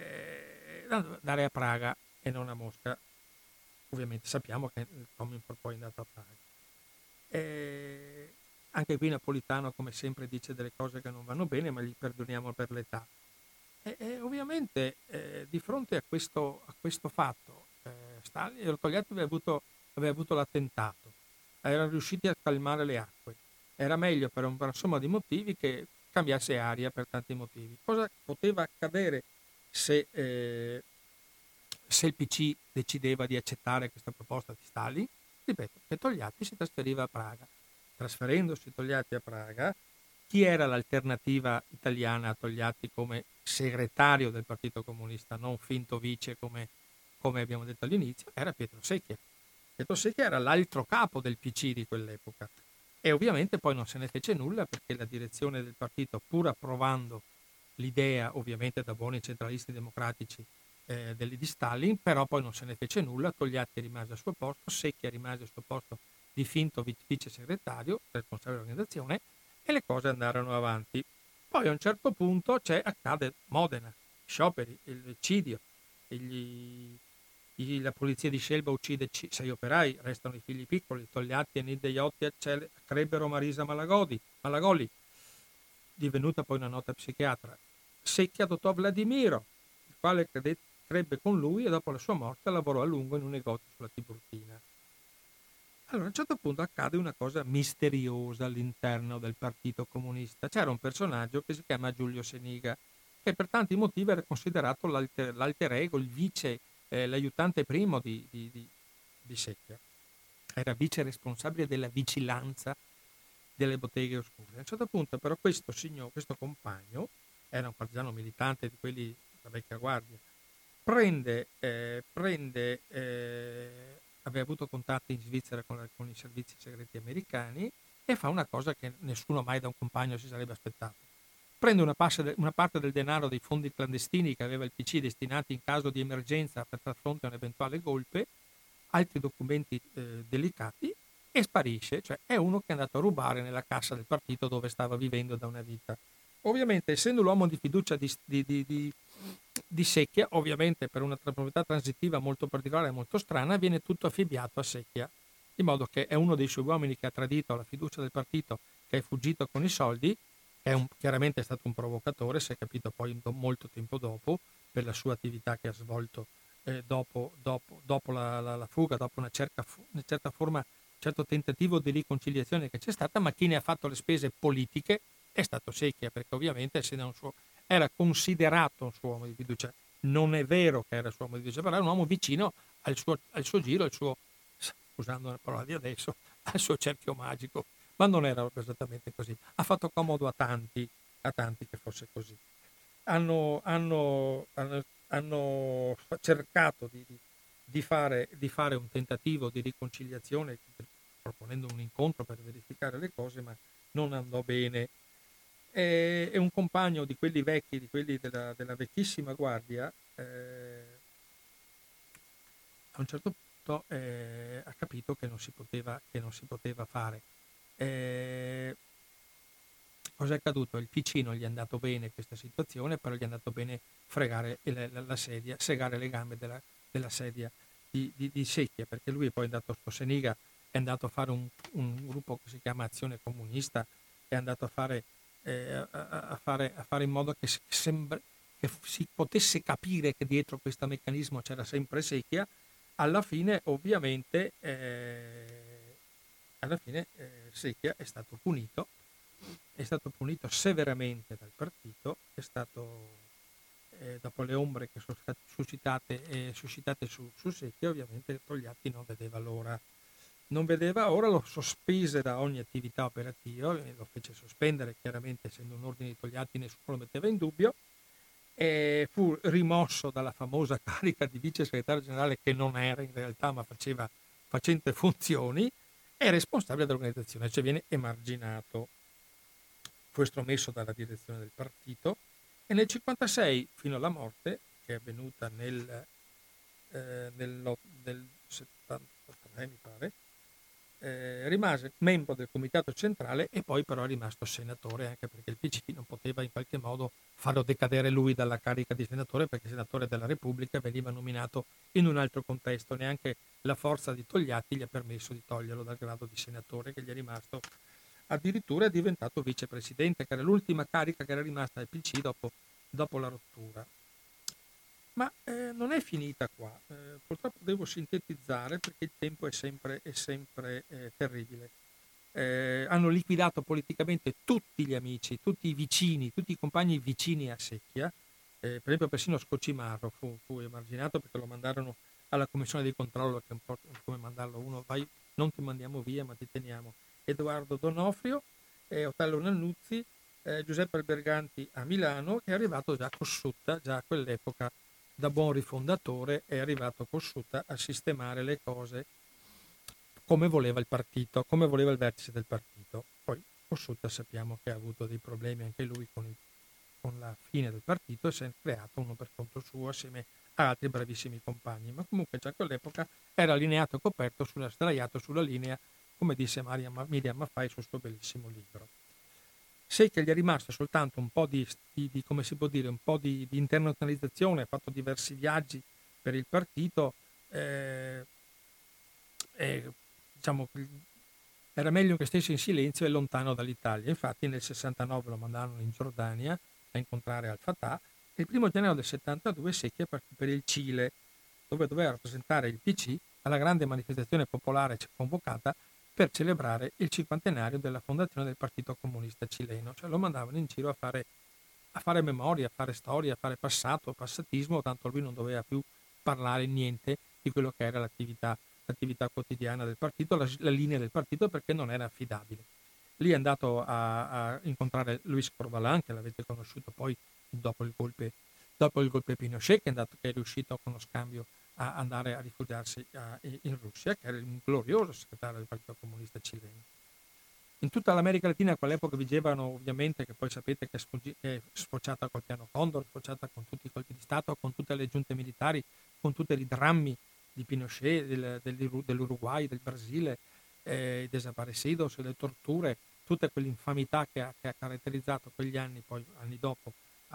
andare a Praga e non a Mosca. Ovviamente sappiamo che il Cominform poi è andato a Praga. Anche qui Napolitano, come sempre, dice delle cose che non vanno bene, ma gli perdoniamo per l'età. Ovviamente di fronte a questo fatto Stalin, Togliatti aveva avuto l'attentato, erano riusciti a calmare le acque, era meglio per una somma di motivi che cambiasse aria per tanti motivi. Cosa poteva accadere se il PC decideva di accettare questa proposta di Stalin? Ripeto, che Togliatti si trasferiva a Praga. Trasferendosi Togliatti a Praga, chi era l'alternativa italiana a Togliatti come segretario del Partito Comunista, non finto vice come abbiamo detto all'inizio? Era Pietro Secchia. Pietro Secchia era l'altro capo del PC di quell'epoca, e ovviamente poi non se ne fece nulla, perché la direzione del partito, pur approvando l'idea, ovviamente da buoni centralisti democratici, di Stalin, però poi non se ne fece nulla. Togliatti rimase al suo posto, Secchia rimase al suo posto di finto vice segretario, responsabile dell'organizzazione, e le cose andarono avanti. Poi a un certo punto accade Modena, scioperi, l'eccidio, la polizia di Scelba uccide 6 operai, restano i figli piccoli. Togliatti e Nidde Iotti crebbero Marisa Malagoli, divenuta poi una nota psichiatra. Secchia adottò Vladimiro, il quale crebbe con lui, e dopo la sua morte lavorò a lungo in un negozio sulla Tiburtina. Allora, a un certo punto accade una cosa misteriosa all'interno del Partito Comunista. C'era un personaggio che si chiama Giulio Seniga, che per tanti motivi era considerato l'alter ego, il vice, l'aiutante primo di Secchia. Era vice responsabile della vigilanza delle botteghe oscure. A un certo punto però questo compagno, era un partigiano militante di quelli della vecchia guardia, aveva avuto contatti in Svizzera con i servizi segreti americani, e fa una cosa che nessuno mai da un compagno si sarebbe aspettato. Prende una parte del denaro dei fondi clandestini che aveva il PC destinati in caso di emergenza per far fronte a un eventuale golpe, altri documenti delicati, e sparisce. Cioè è uno che è andato a rubare nella cassa del partito dove stava vivendo da una vita. Ovviamente, essendo l'uomo di fiducia di Secchia, ovviamente per una proprietà transitiva molto particolare e molto strana, viene tutto affibbiato a Secchia, di modo che è uno dei suoi uomini che ha tradito la fiducia del partito, che è fuggito con i soldi, chiaramente è stato un provocatore, si è capito poi molto tempo dopo, per la sua attività che ha svolto dopo la fuga, dopo una certa forma, un certo tentativo di riconciliazione che c'è stata, ma chi ne ha fatto le spese politiche è stato Secchia, perché ovviamente era considerato un suo uomo di fiducia. Non è vero che era il suo uomo di fiducia, però era un uomo vicino al suo giro, usando una parola di adesso, al suo cerchio magico, ma non era esattamente così. Ha fatto comodo a tanti che fosse così. Hanno cercato di fare un tentativo di riconciliazione, proponendo un incontro per verificare le cose, ma non andò bene. È un compagno di quelli vecchi, di quelli della vecchissima guardia, a un certo punto ha capito che non si poteva fare. Cos'è accaduto? Il PC non gli è andato bene questa situazione, però gli è andato bene fregare la sedia, segare le gambe della sedia di Secchia, perché lui poi è andato, Seniga, è andato a fare un gruppo che si chiama Azione Comunista, è andato a fare in modo che che si potesse capire che dietro questo meccanismo c'era sempre Secchia. Alla fine, ovviamente, Secchia è stato punito severamente dal partito, è stato, dopo le ombre che sono state suscitate su Secchia, ovviamente Togliatti non vedeva l'ora. Ora lo sospese da ogni attività operativa, lo fece sospendere, chiaramente essendo un ordine di Togliatti nessuno lo metteva in dubbio, e fu rimosso dalla famosa carica di vice segretario generale, che non era in realtà, ma faceva facente funzioni, è responsabile dell'organizzazione, cioè viene emarginato. Fu estromesso dalla direzione del partito e nel 1956, fino alla morte, che è avvenuta nel 73, mi pare, rimase membro del comitato centrale e poi però è rimasto senatore, anche perché il PC non poteva in qualche modo farlo decadere lui dalla carica di senatore, perché senatore della Repubblica veniva nominato in un altro contesto, neanche la forza di Togliatti gli ha permesso di toglierlo dal grado di senatore, che gli è rimasto. Addirittura è diventato vicepresidente, che era l'ultima carica che era rimasta al PC dopo la rottura. Ma non è finita qua, purtroppo devo sintetizzare perché il tempo è sempre terribile. Hanno liquidato politicamente tutti gli amici, tutti i vicini, tutti i compagni vicini a Secchia, per esempio persino Scocimarro fu emarginato perché lo mandarono alla commissione di controllo, che è un po' come mandarlo uno, vai, non ti mandiamo via ma ti teniamo. Edoardo Donofrio, Otello Nannuzzi, Giuseppe Alberganti a Milano, che è arrivato già a Cossutta, già a quell'epoca da buon rifondatore, è arrivato Cossutta a sistemare le cose come voleva il partito, come voleva il vertice del partito. Poi Cossutta sappiamo che ha avuto dei problemi anche lui con la fine del partito e si è creato uno per conto suo assieme a altri bravissimi compagni, ma comunque già a quell'epoca era allineato e coperto, sdraiato sulla linea, come disse Miriam Maffei sul suo bellissimo libro. Secchia gli è rimasto soltanto un po' di come si può dire, un po' di internazionalizzazione, ha fatto diversi viaggi per il partito, diciamo, era meglio che stesse in silenzio e lontano dall'Italia. Infatti nel 69 lo mandarono in Giordania a incontrare Al-Fatah e il 1 gennaio del 72 Secchia partì per il Cile, dove doveva rappresentare il PC alla grande manifestazione popolare convocata per celebrare il cinquantenario della fondazione del Partito Comunista Cileno. Cioè lo mandavano in giro a fare memoria, a fare storia, a fare passatismo, tanto lui non doveva più parlare niente di quello che era l'attività quotidiana del partito, la linea del partito, perché non era affidabile. Lì è andato a incontrare Luis Corvalán, che l'avete conosciuto poi dopo il golpe Pinochet, che è riuscito con uno scambio a andare a rifugiarsi in Russia, che era un glorioso segretario del Partito Comunista Cileno. In tutta l'America Latina a quell'epoca vigevano, ovviamente, che poi sapete che è sfociata col piano Condor, sfociata con tutti i colpi di Stato, con tutte le giunte militari, con tutti i drammi di Pinochet, dell'Uruguay, del Brasile, desaparecidos, le torture, tutta quell'infamità che ha caratterizzato quegli anni, poi anni dopo,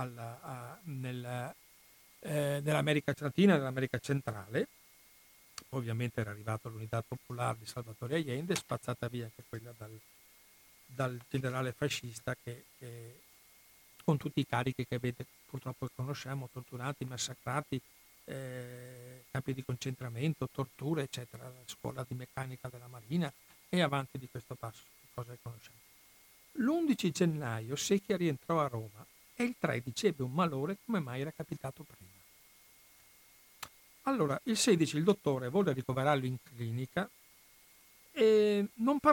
nell'America Latina e nell'America centrale. Ovviamente era arrivata l'Unità Popolare di Salvatore Allende, spazzata via anche quella dal generale fascista che con tutti i carichi che purtroppo conosciamo, torturati, massacrati, campi di concentramento, torture, eccetera, la scuola di meccanica della Marina e avanti di questo passo, cosa conosciamo. L'11 gennaio Secchia rientrò a Roma e il 13 ebbe un malore come mai era capitato prima. Allora, il 16 il dottore volle ricoverarlo in clinica e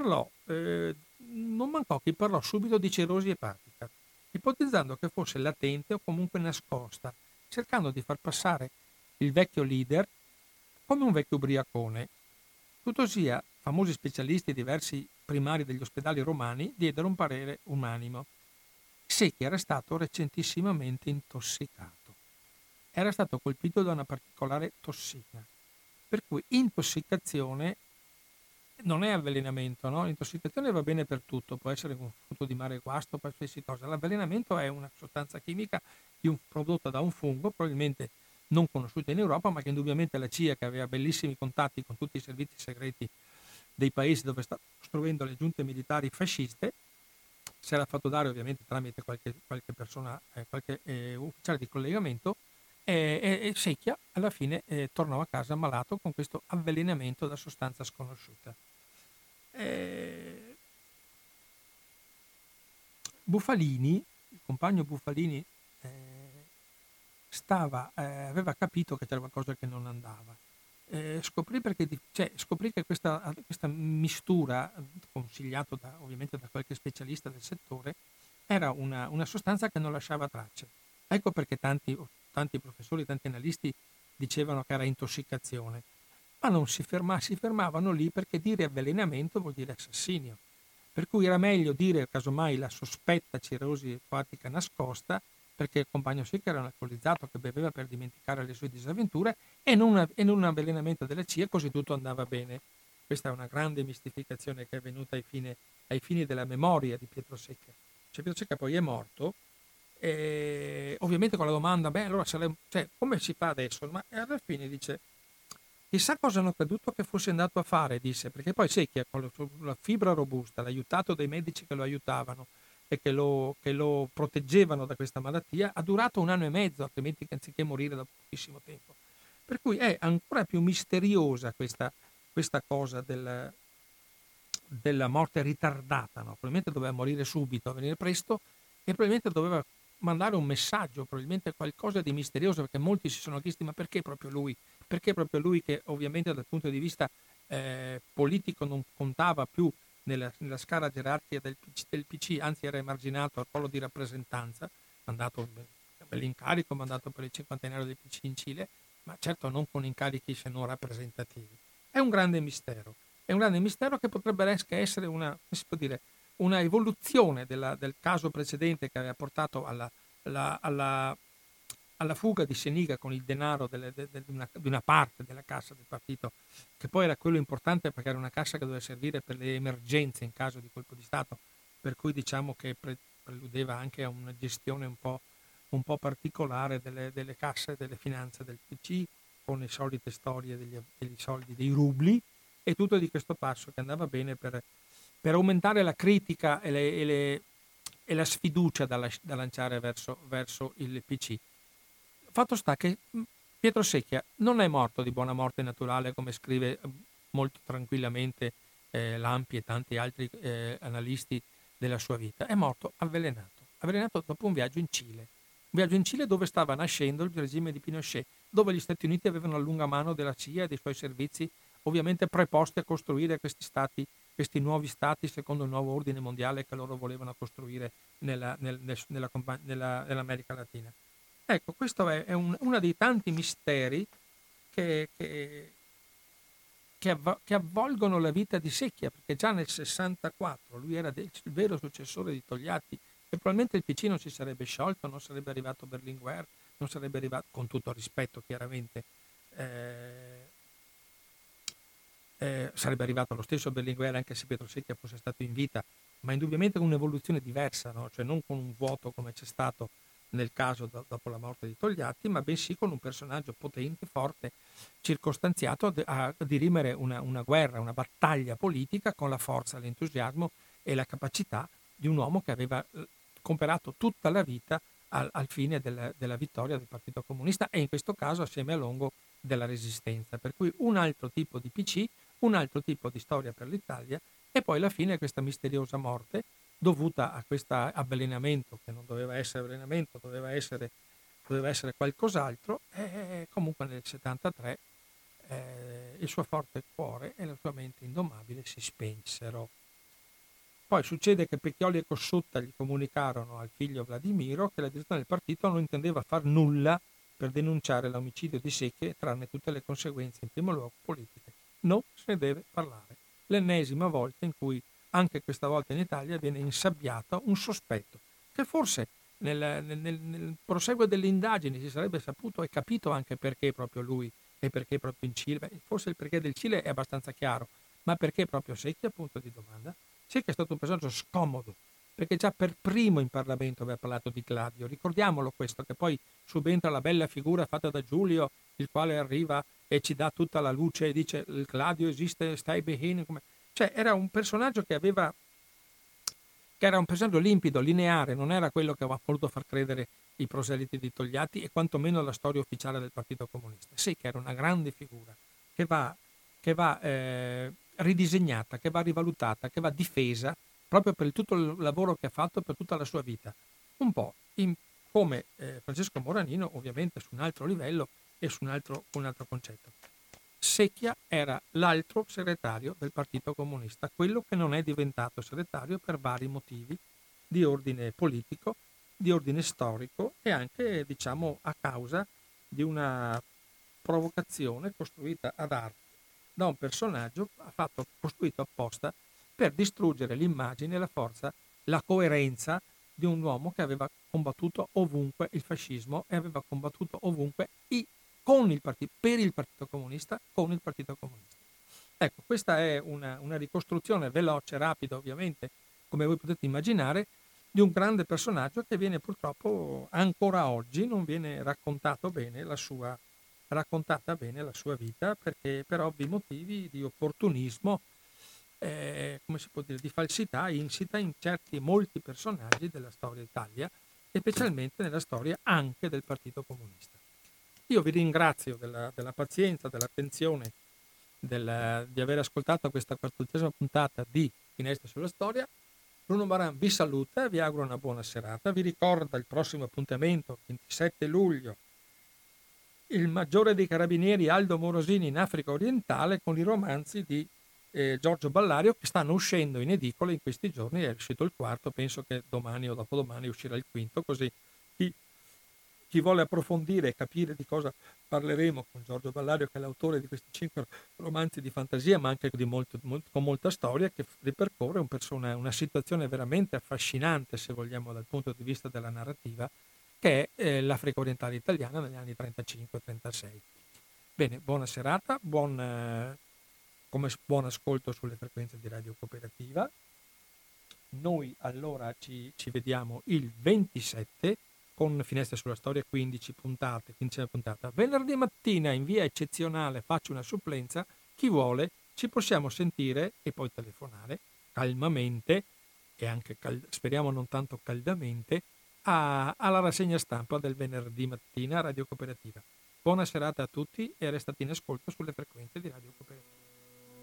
non mancò che parlò subito di cirrosi epatica, ipotizzando che fosse latente o comunque nascosta, cercando di far passare il vecchio leader come un vecchio ubriacone. Tuttavia, famosi specialisti e diversi primari degli ospedali romani diedero un parere unanime. Secchi era stato recentissimamente intossicato. Era stato colpito da una particolare tossina, per cui intossicazione non è avvelenamento, no? L'intossicazione va bene per tutto, può essere un frutto di mare guasto, qualsiasi cosa. L'avvelenamento è una sostanza chimica prodotta da un fungo, probabilmente non conosciuta in Europa, ma che indubbiamente la CIA, che aveva bellissimi contatti con tutti i servizi segreti dei paesi dove sta costruendo le giunte militari fasciste, si era fatto dare ovviamente tramite qualche persona, qualche ufficiale di collegamento, e Secchia alla fine tornò a casa ammalato con questo avvelenamento da sostanza sconosciuta. Buffalini, il compagno Buffalini, aveva capito che c'era qualcosa che non andava. Scoprì che questa mistura, consigliato ovviamente da qualche specialista del settore, era una sostanza che non lasciava tracce. Ecco perché tanti professori, tanti analisti dicevano che era intossicazione, ma non si fermavano lì, perché dire avvelenamento vuol dire assassinio. Per cui era meglio dire casomai la sospetta cirrosi epatica nascosta, perché il compagno Secchi era un alcolizzato che beveva per dimenticare le sue disavventure, e non un avvelenamento della CIA, così tutto andava bene. Questa è una grande mistificazione che è venuta ai fini della memoria di Pietro Secca. Cioè, Pietro Secca poi è morto, e ovviamente con la domanda, allora come si fa adesso? Ma alla fine dice, chissà cosa hanno creduto che fosse andato a fare, disse, perché poi Secchia con la fibra robusta, l'aiutato dai medici che lo aiutavano e che lo proteggevano da questa malattia, ha durato 1 anno e mezzo, altrimenti anziché morire da pochissimo tempo. Per cui è ancora più misteriosa questa cosa della morte ritardata, no? Probabilmente doveva morire subito, venire presto, e probabilmente doveva mandare un messaggio, probabilmente qualcosa di misterioso, perché molti si sono chiesti ma perché proprio lui? Perché proprio lui, che ovviamente dal punto di vista politico non contava più nella scala gerarchica del PC, anzi era emarginato al ruolo di rappresentanza, mandato bell'incarico, mandato per il cinquantenario del PC in Cile, ma certo non con incarichi se non rappresentativi. È un grande mistero che potrebbe essere una evoluzione del caso precedente che aveva portato alla fuga di Seniga con il denaro di una parte della cassa del partito, che poi era quello importante perché era una cassa che doveva servire per le emergenze in caso di colpo di Stato, per cui diciamo che preludeva anche a una gestione un po' particolare delle casse, delle finanze del PC, con le solite storie degli soldi, dei rubli, e tutto di questo passo che andava bene per aumentare la critica e la sfiducia da lanciare verso il PC. Fatto sta che Pietro Secchia non è morto di buona morte naturale, come scrive molto tranquillamente Lampi e tanti altri analisti della sua vita. È morto avvelenato dopo un viaggio in Cile, dove stava nascendo il regime di Pinochet, dove gli Stati Uniti avevano la lunga mano della CIA e dei suoi servizi, ovviamente preposti a costruire questi nuovi stati secondo il nuovo ordine mondiale che loro volevano costruire nell'America Latina. Ecco, questo è uno dei tanti misteri che avvolgono la vita di Secchia, perché già nel 64 lui era il vero successore di Togliatti, e probabilmente il PC non si sarebbe sciolto, non sarebbe arrivato Berlinguer, non sarebbe arrivato, con tutto il rispetto chiaramente, sarebbe arrivato lo stesso Berlinguer anche se Pietro Secchia fosse stato in vita, ma indubbiamente con un'evoluzione diversa, no? Cioè non con un vuoto come c'è stato nel caso dopo la morte di Togliatti, ma bensì con un personaggio potente, forte, circostanziato a dirimere una guerra, una battaglia politica con la forza, l'entusiasmo e la capacità di un uomo che aveva comperato tutta la vita al fine della vittoria del Partito Comunista, e in questo caso assieme a Longo della Resistenza. Per cui un altro tipo di PC, un altro tipo di storia per l'Italia, e poi alla fine questa misteriosa morte dovuta a questo avvelenamento, che non doveva essere avvelenamento, doveva essere doveva essere qualcos'altro, e comunque nel 73 il suo forte cuore e la sua mente indomabile si spensero. Poi succede che Pecchioli e Cossutta gli comunicarono al figlio Vladimiro che la direzione del partito non intendeva far nulla per denunciare l'omicidio di Secchia, tranne tutte le conseguenze, in primo luogo politiche. Non se ne deve parlare. L'ennesima volta in cui, anche questa volta in Italia, viene insabbiato un sospetto, che forse nel proseguo delle indagini si sarebbe saputo e capito anche perché proprio lui e perché proprio in Cile. Beh, forse il perché del Cile è abbastanza chiaro, ma perché proprio Secchia, punto di domanda? Secchia è stato un personaggio scomodo, perché già per primo in Parlamento aveva parlato di Gladio. Ricordiamolo questo, che poi subentra la bella figura fatta da Giulio, il quale arriva e ci dà tutta la luce e dice il Gladio esiste, stai bene. Cioè era un personaggio che era un personaggio limpido, lineare, non era quello che aveva voluto far credere i proseliti di Togliatti e quantomeno la storia ufficiale del Partito Comunista. Sì, che era una grande figura che va ridisegnata, che va rivalutata, che va difesa proprio per tutto il lavoro che ha fatto per tutta la sua vita. Un po' come Francesco Moranino, ovviamente su un altro livello e su un altro concetto. Secchia era l'altro segretario del Partito Comunista, quello che non è diventato segretario per vari motivi di ordine politico, di ordine storico e anche, diciamo, a causa di una provocazione costruita ad arte da un personaggio costruito apposta per distruggere l'immagine, la forza, la coerenza di un uomo che aveva combattuto ovunque il fascismo e aveva combattuto ovunque per il Partito Comunista, con il Partito Comunista. Ecco, questa è una ricostruzione veloce, rapida ovviamente, come voi potete immaginare, di un grande personaggio che viene purtroppo ancora oggi non viene raccontata bene la sua vita, perché per ovvi motivi di opportunismo, come si può dire, di falsità insita in molti personaggi della storia d'Italia e specialmente nella storia anche del Partito Comunista. Io vi ringrazio della pazienza, dell'attenzione, di aver ascoltato questa 14ª puntata di Finestre sulla Storia. Bruno Maran vi saluta, vi auguro una buona serata, vi ricorda il prossimo appuntamento, 27 luglio, il maggiore dei carabinieri Aldo Morosini in Africa orientale con i romanzi di Giorgio Ballario che stanno uscendo in edicole in questi giorni. È uscito il quarto, penso che domani o dopodomani uscirà il quinto, così chi vuole approfondire e capire di cosa parleremo con Giorgio Ballario, che è l'autore di questi 5 romanzi di fantasia, ma anche con molta storia, che ripercorre una situazione veramente affascinante, se vogliamo, dal punto di vista della narrativa, che è l'Africa orientale italiana negli anni 35-36. Bene, buona serata, buon ascolto sulle frequenze di Radio Cooperativa. Noi allora ci vediamo il 27 con Finestre sulla Storia, 15 puntate, 15 puntata. Venerdì mattina in via eccezionale faccio una supplenza, chi vuole ci possiamo sentire e poi telefonare calmamente e anche speriamo non tanto caldamente alla rassegna stampa del venerdì mattina a Radio Cooperativa. Buona serata a tutti e restate in ascolto sulle frequenze di Radio Cooperativa.